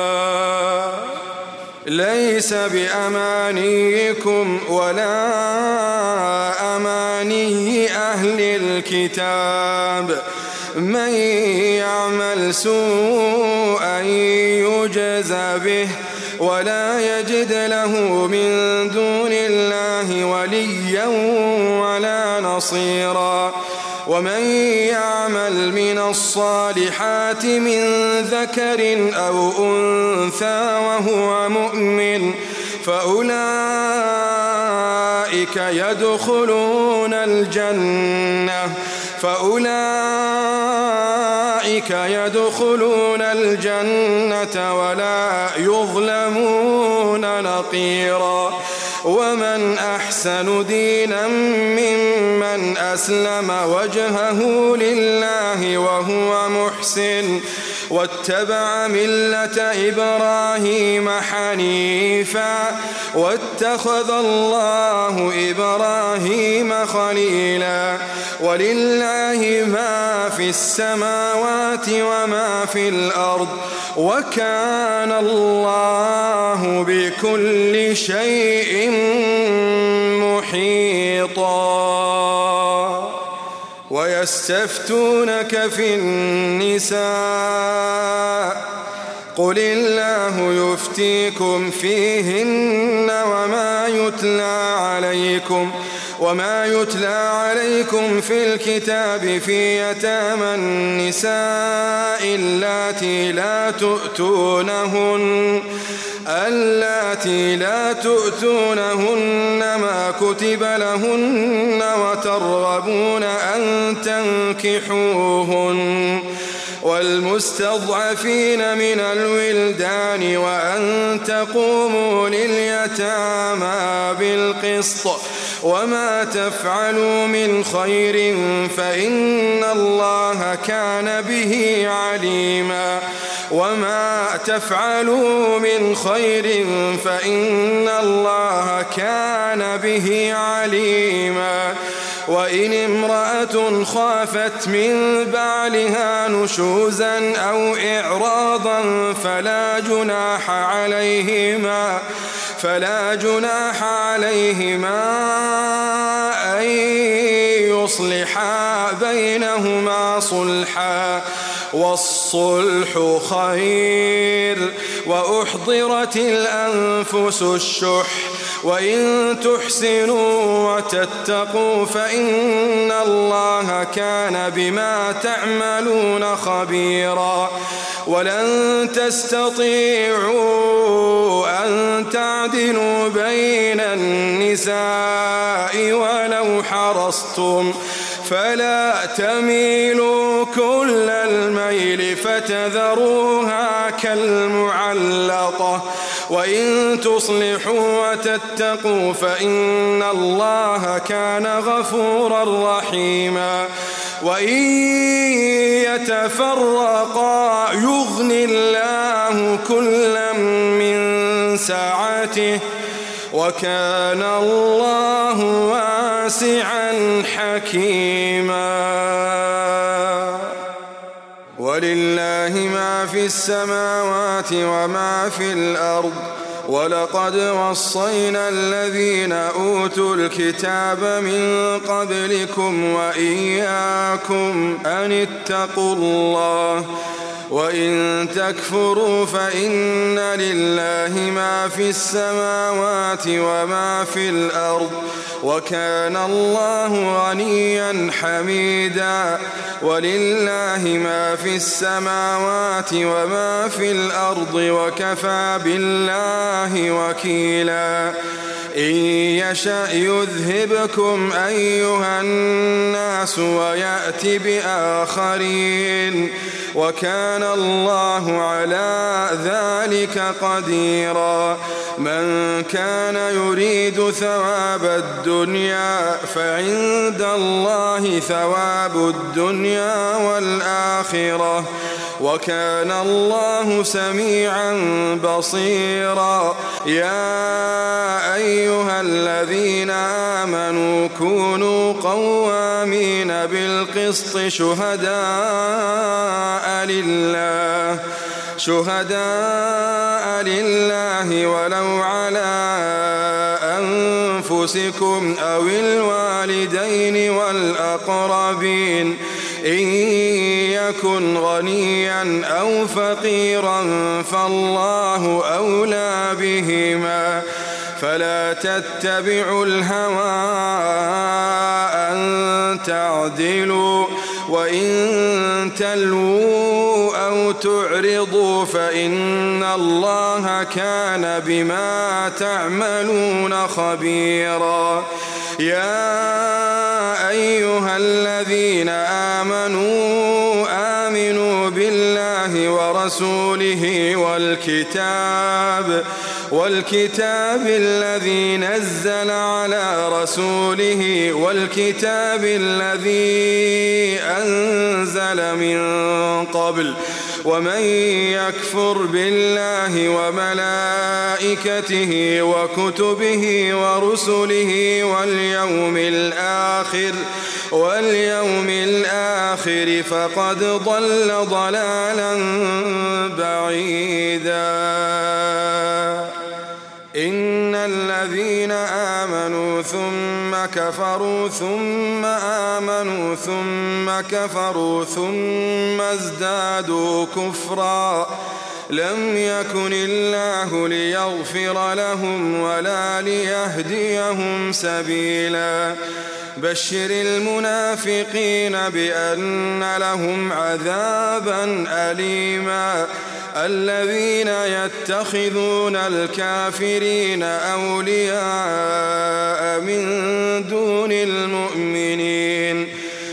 ليس بأمانيكم ولا أماني أهل الكتاب من يعمل سوءا يجز به ولا يجد له من دون الله وليا ولا نصيرا ومن يعمل من الصالحات من ذكر أو أنثى وهو مؤمن فأولئك يدخلون الجنة فأولئك يدخلون الجنة ولا يظلمون نقيرا ومن أحسن دينا ممن أسلم وجهه لله وهو محسن واتبع ملة إبراهيم حنيفا واتخذ الله إبراهيم خليلا ولله ما في السماوات وما في الأرض وكان الله بكل شيء محيطا ويستفتونك في النساء قل الله يفتيكم فيهن وما يتلى عليكم وما يتلى عليكم في الكتاب في يتامى النساء اللاتي لا تؤتونهن اللاتي لا تؤتونهن ما كتب لهن وترغبون أن تنكحوهن والمستضعفين من الولدان وأن تقوموا لليتامى بالقسط وما تفعلوا من خير فإن الله كان به عليما وما تفعلوا من خير فإن الله كان به عليما وإن امرأة خافت من بعلها نشوزا أو إعراضا فلا جناح عليهما فلا جناح عليهما أن يصلحا بينهما صلحا والصلح خير وأحضرت الأنفس الشح وإن تحسنوا وتتقوا فإن الله كان بما تعملون خبيرا ولن تستطيعوا أن تعدلوا بين النساء ولو حرصتم فلا تميلوا كل الميل فتذروها كالمعلقة وإن تصلحوا وتتقوا فإن الله كان غفورا رحيما وإن يتفرقا يغن الله كلا من سعته وكان الله واسعا حكيما ولله ما في السماوات وما في الأرض ولقد وصينا الذين أوتوا الكتاب من قبلكم وإياكم أن اتقوا الله وإن تكفروا فإن لله ما في السماوات وما في الأرض وكان الله غنيا حميدا ولله ما في السماوات وما في الأرض وكفى بالله وكيلا إن يشأ يذهبكم أيها الناس ويأت بآخرين وكان الله على ذلك قديرا من كان يريد ثواب الدنيا فعند الله ثواب الدنيا والآخرة وكان الله سميعا بصيرا يا أيها الذين آمنوا كونوا قوامين بالقسط شهداء لله شهداء لله ولو على أنفسكم أو الوالدين والأقربين إن يكن غنيا أو فقيرا فالله أولى بهما فلا تتبعوا الهوى أن تعدلوا وإن تلووا أو تعرضوا فإن الله كان بما تعملون خبيرا يا أيها الذين آمنوا آمنوا بالله ورسوله والكتاب والكتاب الذي نزل على رسوله والكتاب الذي أنزل من قبل ومن يكفر بالله وملائكته وكتبه ورسله واليوم الآخر واليوم الآخر فقد ضل ضلالا بعيدا إن الذين آمنوا ثم كفروا ثم آمنوا ثم كفروا ثم ازدادوا كفرا لم يكن الله ليغفر لهم ولا ليهديهم سبيلا بشر المنافقين بأن لهم عذابا أليما الذين يتخذون الكافرين أولياء من دون المؤمنين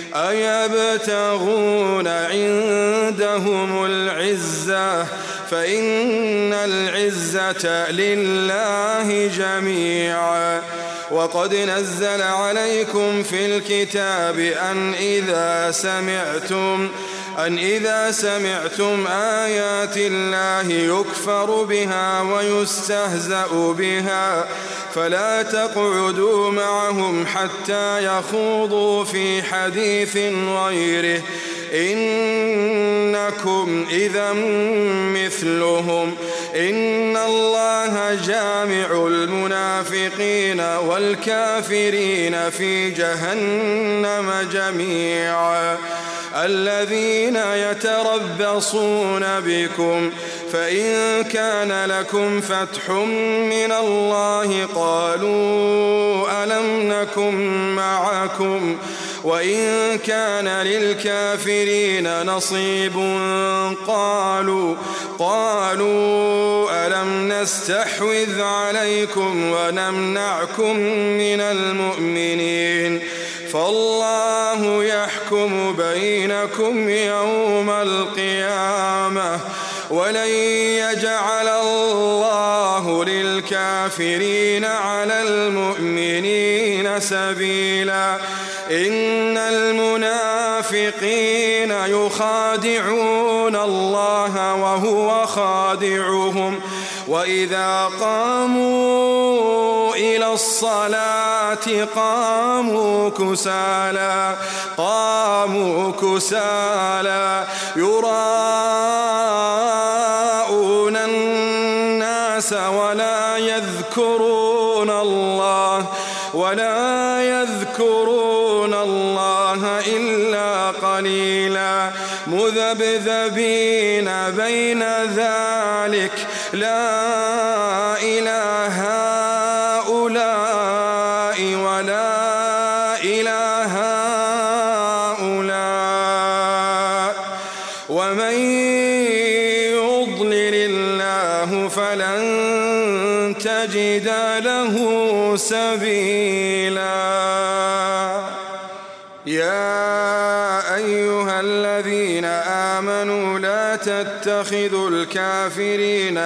أيبتغون عندهم العزة فإن العزة لله جميعا وقد نزل عليكم في الكتاب أن إذا سمعتم أن إذا سمعتم آيات الله يكفر بها ويستهزأ بها فلا تقعدوا معهم حتى يخوضوا في حديث غيره إنكم إذا مثلهم إن الله جامع المنافقين والكافرين في جهنم جميعا الذين يتربصون بكم فإن كان لكم فتح من الله قالوا ألم نكن معكم وإن كان للكافرين نصيب قالوا قالوا ألم نستحوذ عليكم ونمنعكم من المؤمنين فالله يحكم بينكم يوم القيامة ولن يجعل الله للكافرين على المؤمنين سبيلا إن المنافقين يخادعون الله وهو خادعهم وإذا قاموا إلى الصلاة قاموا كسالى قاموا كسالى يراءون الناس ولا يذكرون الله ولا يذكرون الله إلا قليلا مذبذبين بين ذلك لا إله هؤلاء ولا إله هؤلاء ومن يضلل الله فلن تجد له سبيلا يا أيها الذين آمنوا لا تتخذوا الكافرين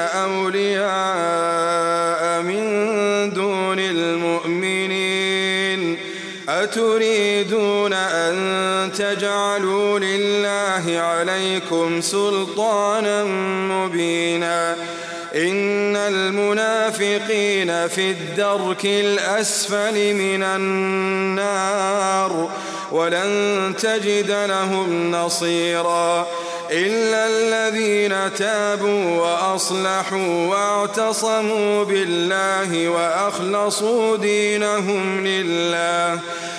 أولياء من دون المؤمنين أتريدون أن تجعلوا لله عليكم سلطانا مبينا إن المنافقين في الدرك الأسفل من النار ولن تجد لهم نصيرا إلا الذين تابوا وأصلحوا واعتصموا بالله وأخلصوا دينهم لله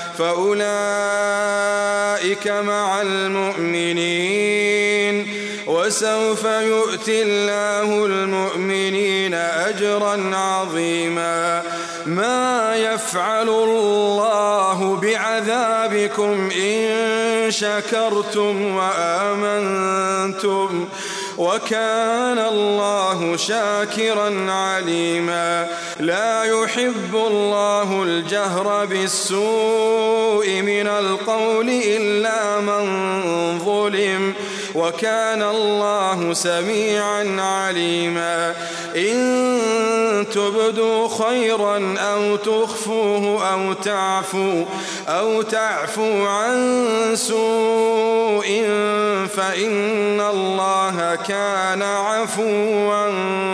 فأولئك مع المؤمنين وسوف يؤتي الله المؤمنين أجرا عظيما ما يفعل الله بعذابكم إن شكرتم وآمنتم وكان الله شاكرا عليما لا يحب الله الجهر بالسوء من القول إلا من ظلم وكان الله سميعا عليما إن تبدوا خيرا أو تخفوه أو تعفوا أو تعفوا عن سوء فإن الله كان عفوا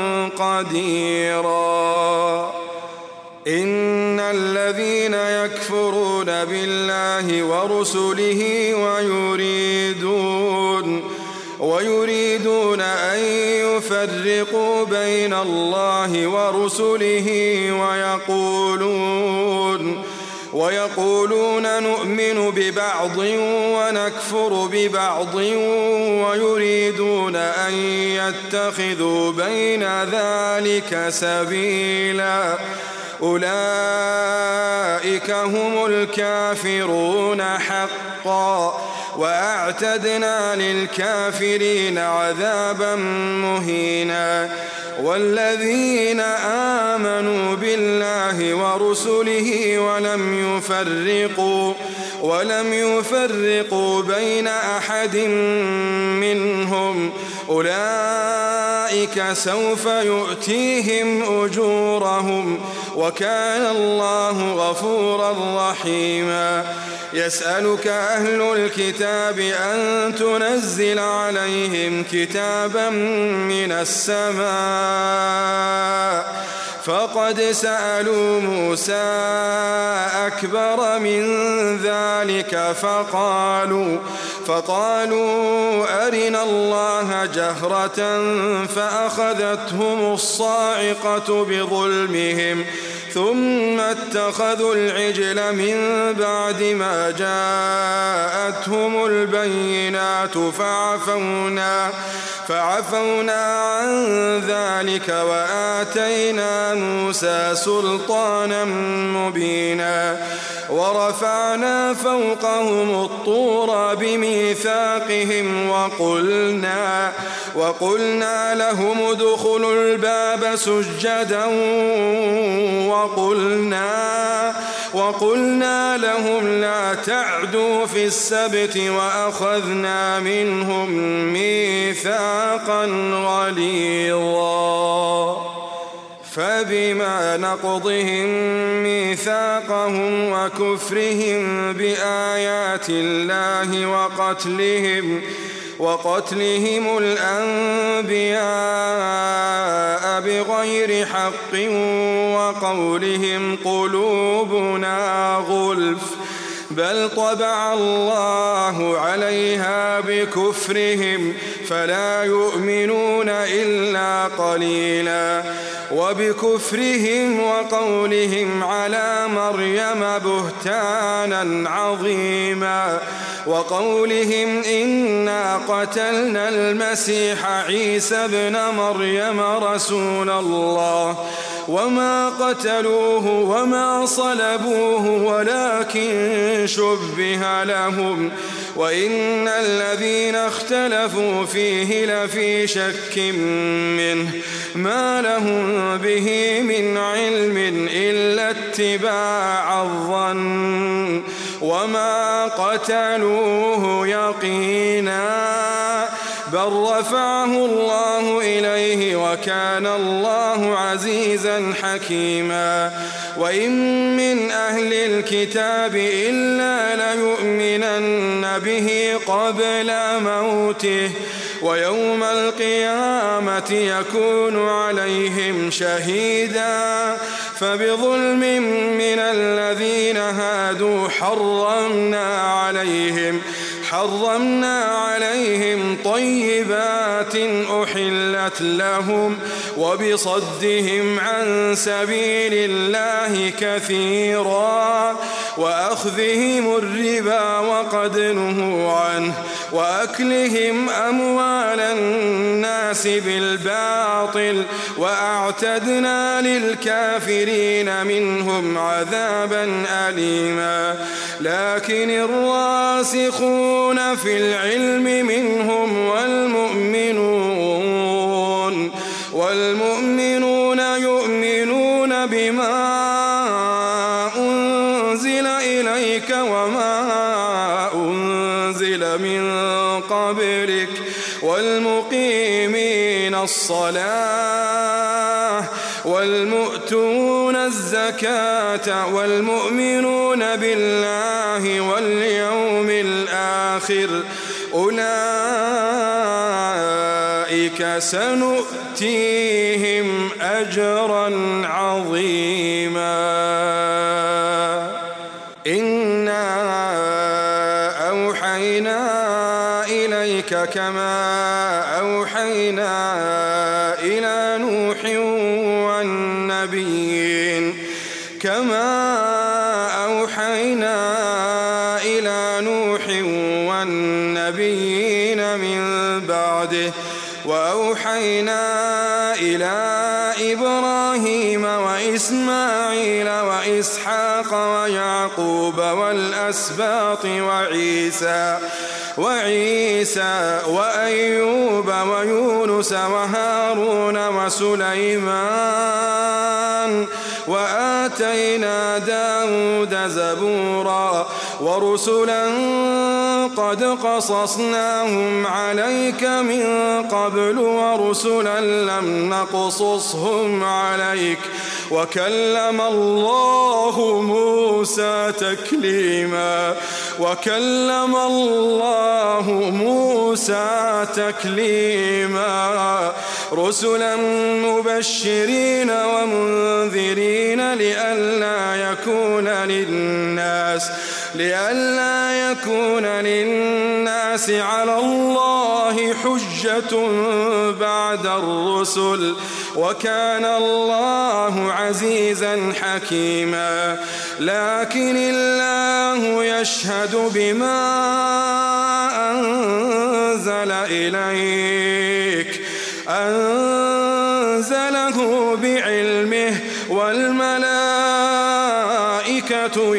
قديرا إن الذين يكفرون بالله ورسله ويريدون ويريدون أن يفرقوا بين الله ورسله ويقولون ويقولون نؤمن ببعض ونكفر ببعض ويريدون أن يتخذوا بين ذلك سبيلا أولئك هم الكافرون حقا وأعتدنا للكافرين عذابا مهينا والذين آمنوا بالله ورسله ولم يفرقوا ولم يفرقوا بين أحد منهم أولئك سوف يؤتيهم أجورهم وكان الله غفورا رحيما يسألك أهل الكتاب أن تنزل عليهم كتابا من السماء فقد سألوا موسى أكبر من ذلك فقالوا فقالوا أرنا الله جهرة فأخذتهم الصاعقة بظلمهم ثم اتخذوا العجل من بعد ما جاءتهم البينات فعفونا فعفونا عن ذلك وآتينا موسى سلطانا مبينا ورفعنا فوقهم الطور بميثاقهم وقلنا وقلنا لهم ادخلوا الباب سجدا وقلنا وقلنا لهم لا تعدوا في السبت وأخذنا منهم ميثاقا غليظا فبما نقضهم ميثاقهم وكفرهم بآيات الله وقتلهم وقتلهم الأنبياء بغير حق وقولهم قلوبنا غلف بل طبع الله عليها بكفرهم فلا يؤمنون إلا قليلا وبكفرهم وقولهم على مريم بهتانا عظيما وقولهم إنا قتلنا المسيح عيسى ابن مريم رسول الله وما قتلوه وما صلبوه ولكن شبه لهم وإن الذين اختلفوا فيه لفي شك منه ما لهم به من علم إلا اتباع الظن وما قتلوه يقينا بل رفعه الله إليه وكان الله عزيزا حكيما وإن من أهل الكتاب إلا ليؤمنن به قبل موته ويوم القيامة يكون عليهم شهيدا فبظلم من الذين هادوا حرمنا عليهم حرمنا عليهم طيبات أحلت لهم وبصدهم عن سبيل الله كثيرا وأخذهم الربا وقد نهوا عنه وأكلهم أموال الناس بالباطل وأعتدنا للكافرين منهم عذابا أليما لكن الراسخون في العلم منهم والمؤمنون والمؤمنون يؤمنون بما أنزل إليك وما أنزل من قبلك والمقيمين الصلاة والمؤتون الزكاة والمؤمنون بالله واليوم الآخر أولئك سنؤتيهم أجرا عظيما إنا أوحينا إليك كما أوحينا إلى نوح والنبيين كما أوحينا إلى نوح والنبيين من بعده وأوحينا إلى إبراهيم وإسماعيل وإسحاق ويعقوب والأسباط وعيسى وعيسى وأيوب ويونس وهارون وسليمان وآتينا داود زبورا ورسلا قد قصصناهم عليك من قبل ورسلا لم نقصصهم عليك وكلم الله موسى تكليما وكلم الله موسى تكليما رسلا مبشرين ومنذرين لئلا يكون للناس لئلا يكون للناس على الله حجة بعد الرسل وكان الله عزيزا حكيما لكن الله يشهد بما أنزل إليك أنزله بعلمه والملائكة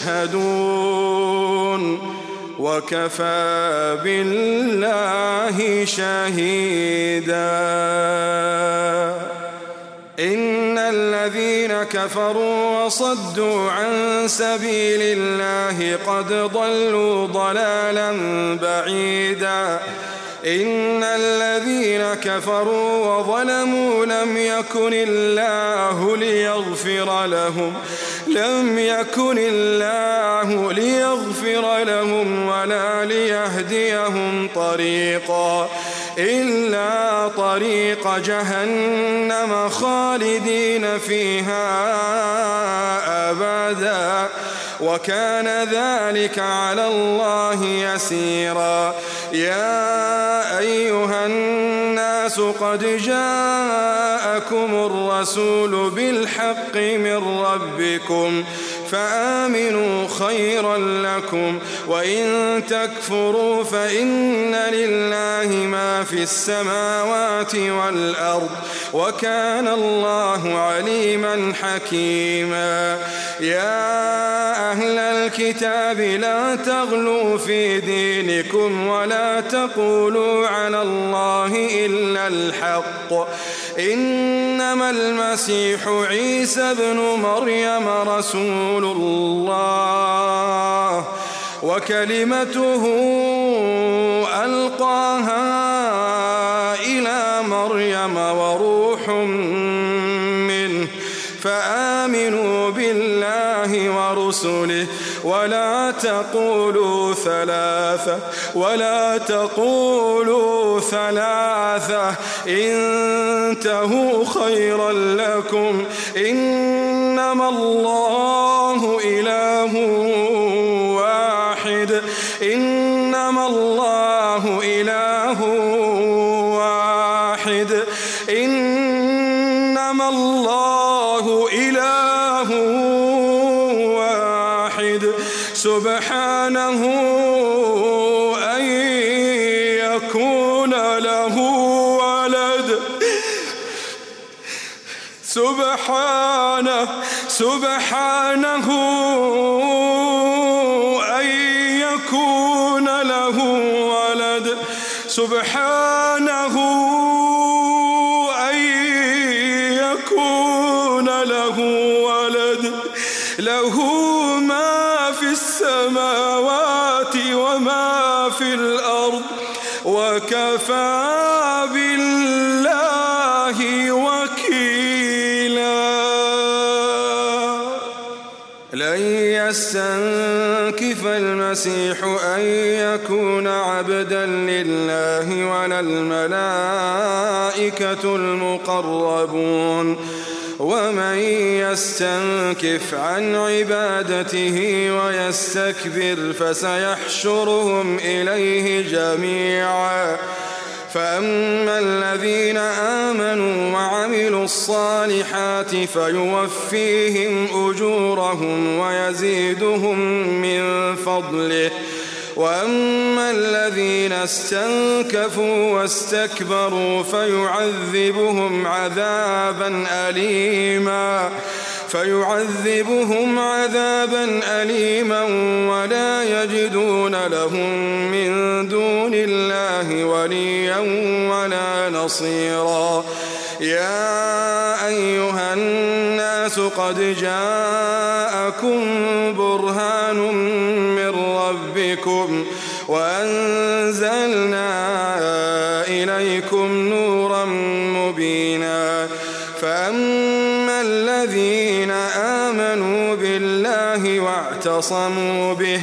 يشهدون وكفى بالله شهيدا إن الذين كفروا وصدوا عن سبيل الله قد ضلوا ضلالا بعيدا إن الذين كفروا وظلموا لم يكن الله ليغفر لهم لم يكن الله ليغفر لهم ولا ليهديهم طريقا إلا طريق جهنم خالدين فيها أبدا وكان ذلك على الله يسيرا يا أيها الناس قد جاءكم الرسول بالحق من ربكم فآمنوا خيرا لكم وإن تكفروا فإن لله ما في السماوات والأرض وكان الله عليما حكيما يا أهل الكتاب لا تغلوا في دينكم ولا تقولوا على الله إلا الحق إنما المسيح عيسى ابن مريم رسول الله وكلمته ألقاها إلى مريم وروح منه فآمنوا بالله ورسله ولا تقولوا ثلاثة ولا تقولوا ثلاثة انتهوا خيرا لكم إنما الله إله واحد إنما الله إله واحد إنما الله إله واحد سبحانه أن يكون له ولد سبحانه سبحانه أن يكون له ولد سبحانه أن يكون له ولد له ما في السماوات وما في الأرض وكفى بالله وكيلا لن يستنكف المسيح أن يكون عبدا لله ولا الملائكة المقربون ومن يستنكف عن عبادته ويستكبر فسيحشرهم إليه جميعا فأما الذين آمنوا وعملوا الصالحات فيوفيهم أجورهم ويزيدهم من فضله وأما الذين استنكفوا واستكبروا فيعذبهم عذابا أليما فيعذبهم عذابا أليما ولا يجدون لهم من دون الله وليا ولا نصيرا يا أيها الناس قد جاءكم برهان من ربكم وأنزلنا إليكم نورا مبينا فأما الذين آمنوا بالله واعتصموا به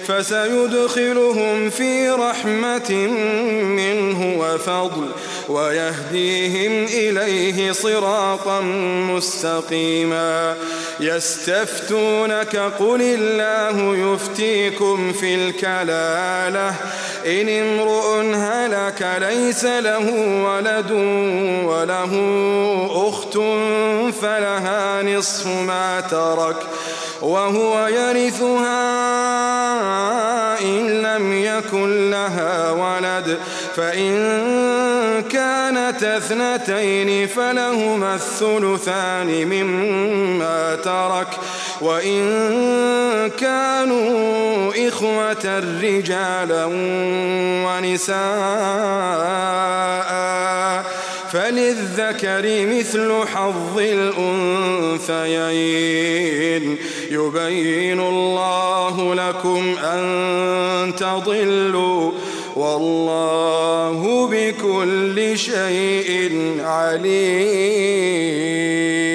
فسيدخلهم في رحمة منه وفضل ويهديهم إليه صراطا مستقيما يستفتونك قل الله يفتيكم في الكلالة إن امرؤ هلك ليس له ولد وله أخت فلها نصف ما ترك وهو يرثها إن لم يكن لها ولد فإن كانت اثنتين فلهما الثلثان مما ترك وإن كانوا إخوة رجالا ونساء فللذكر مثل حظ الأنثيين يبين الله لكم أن تضلوا والله بكل شيء عليم.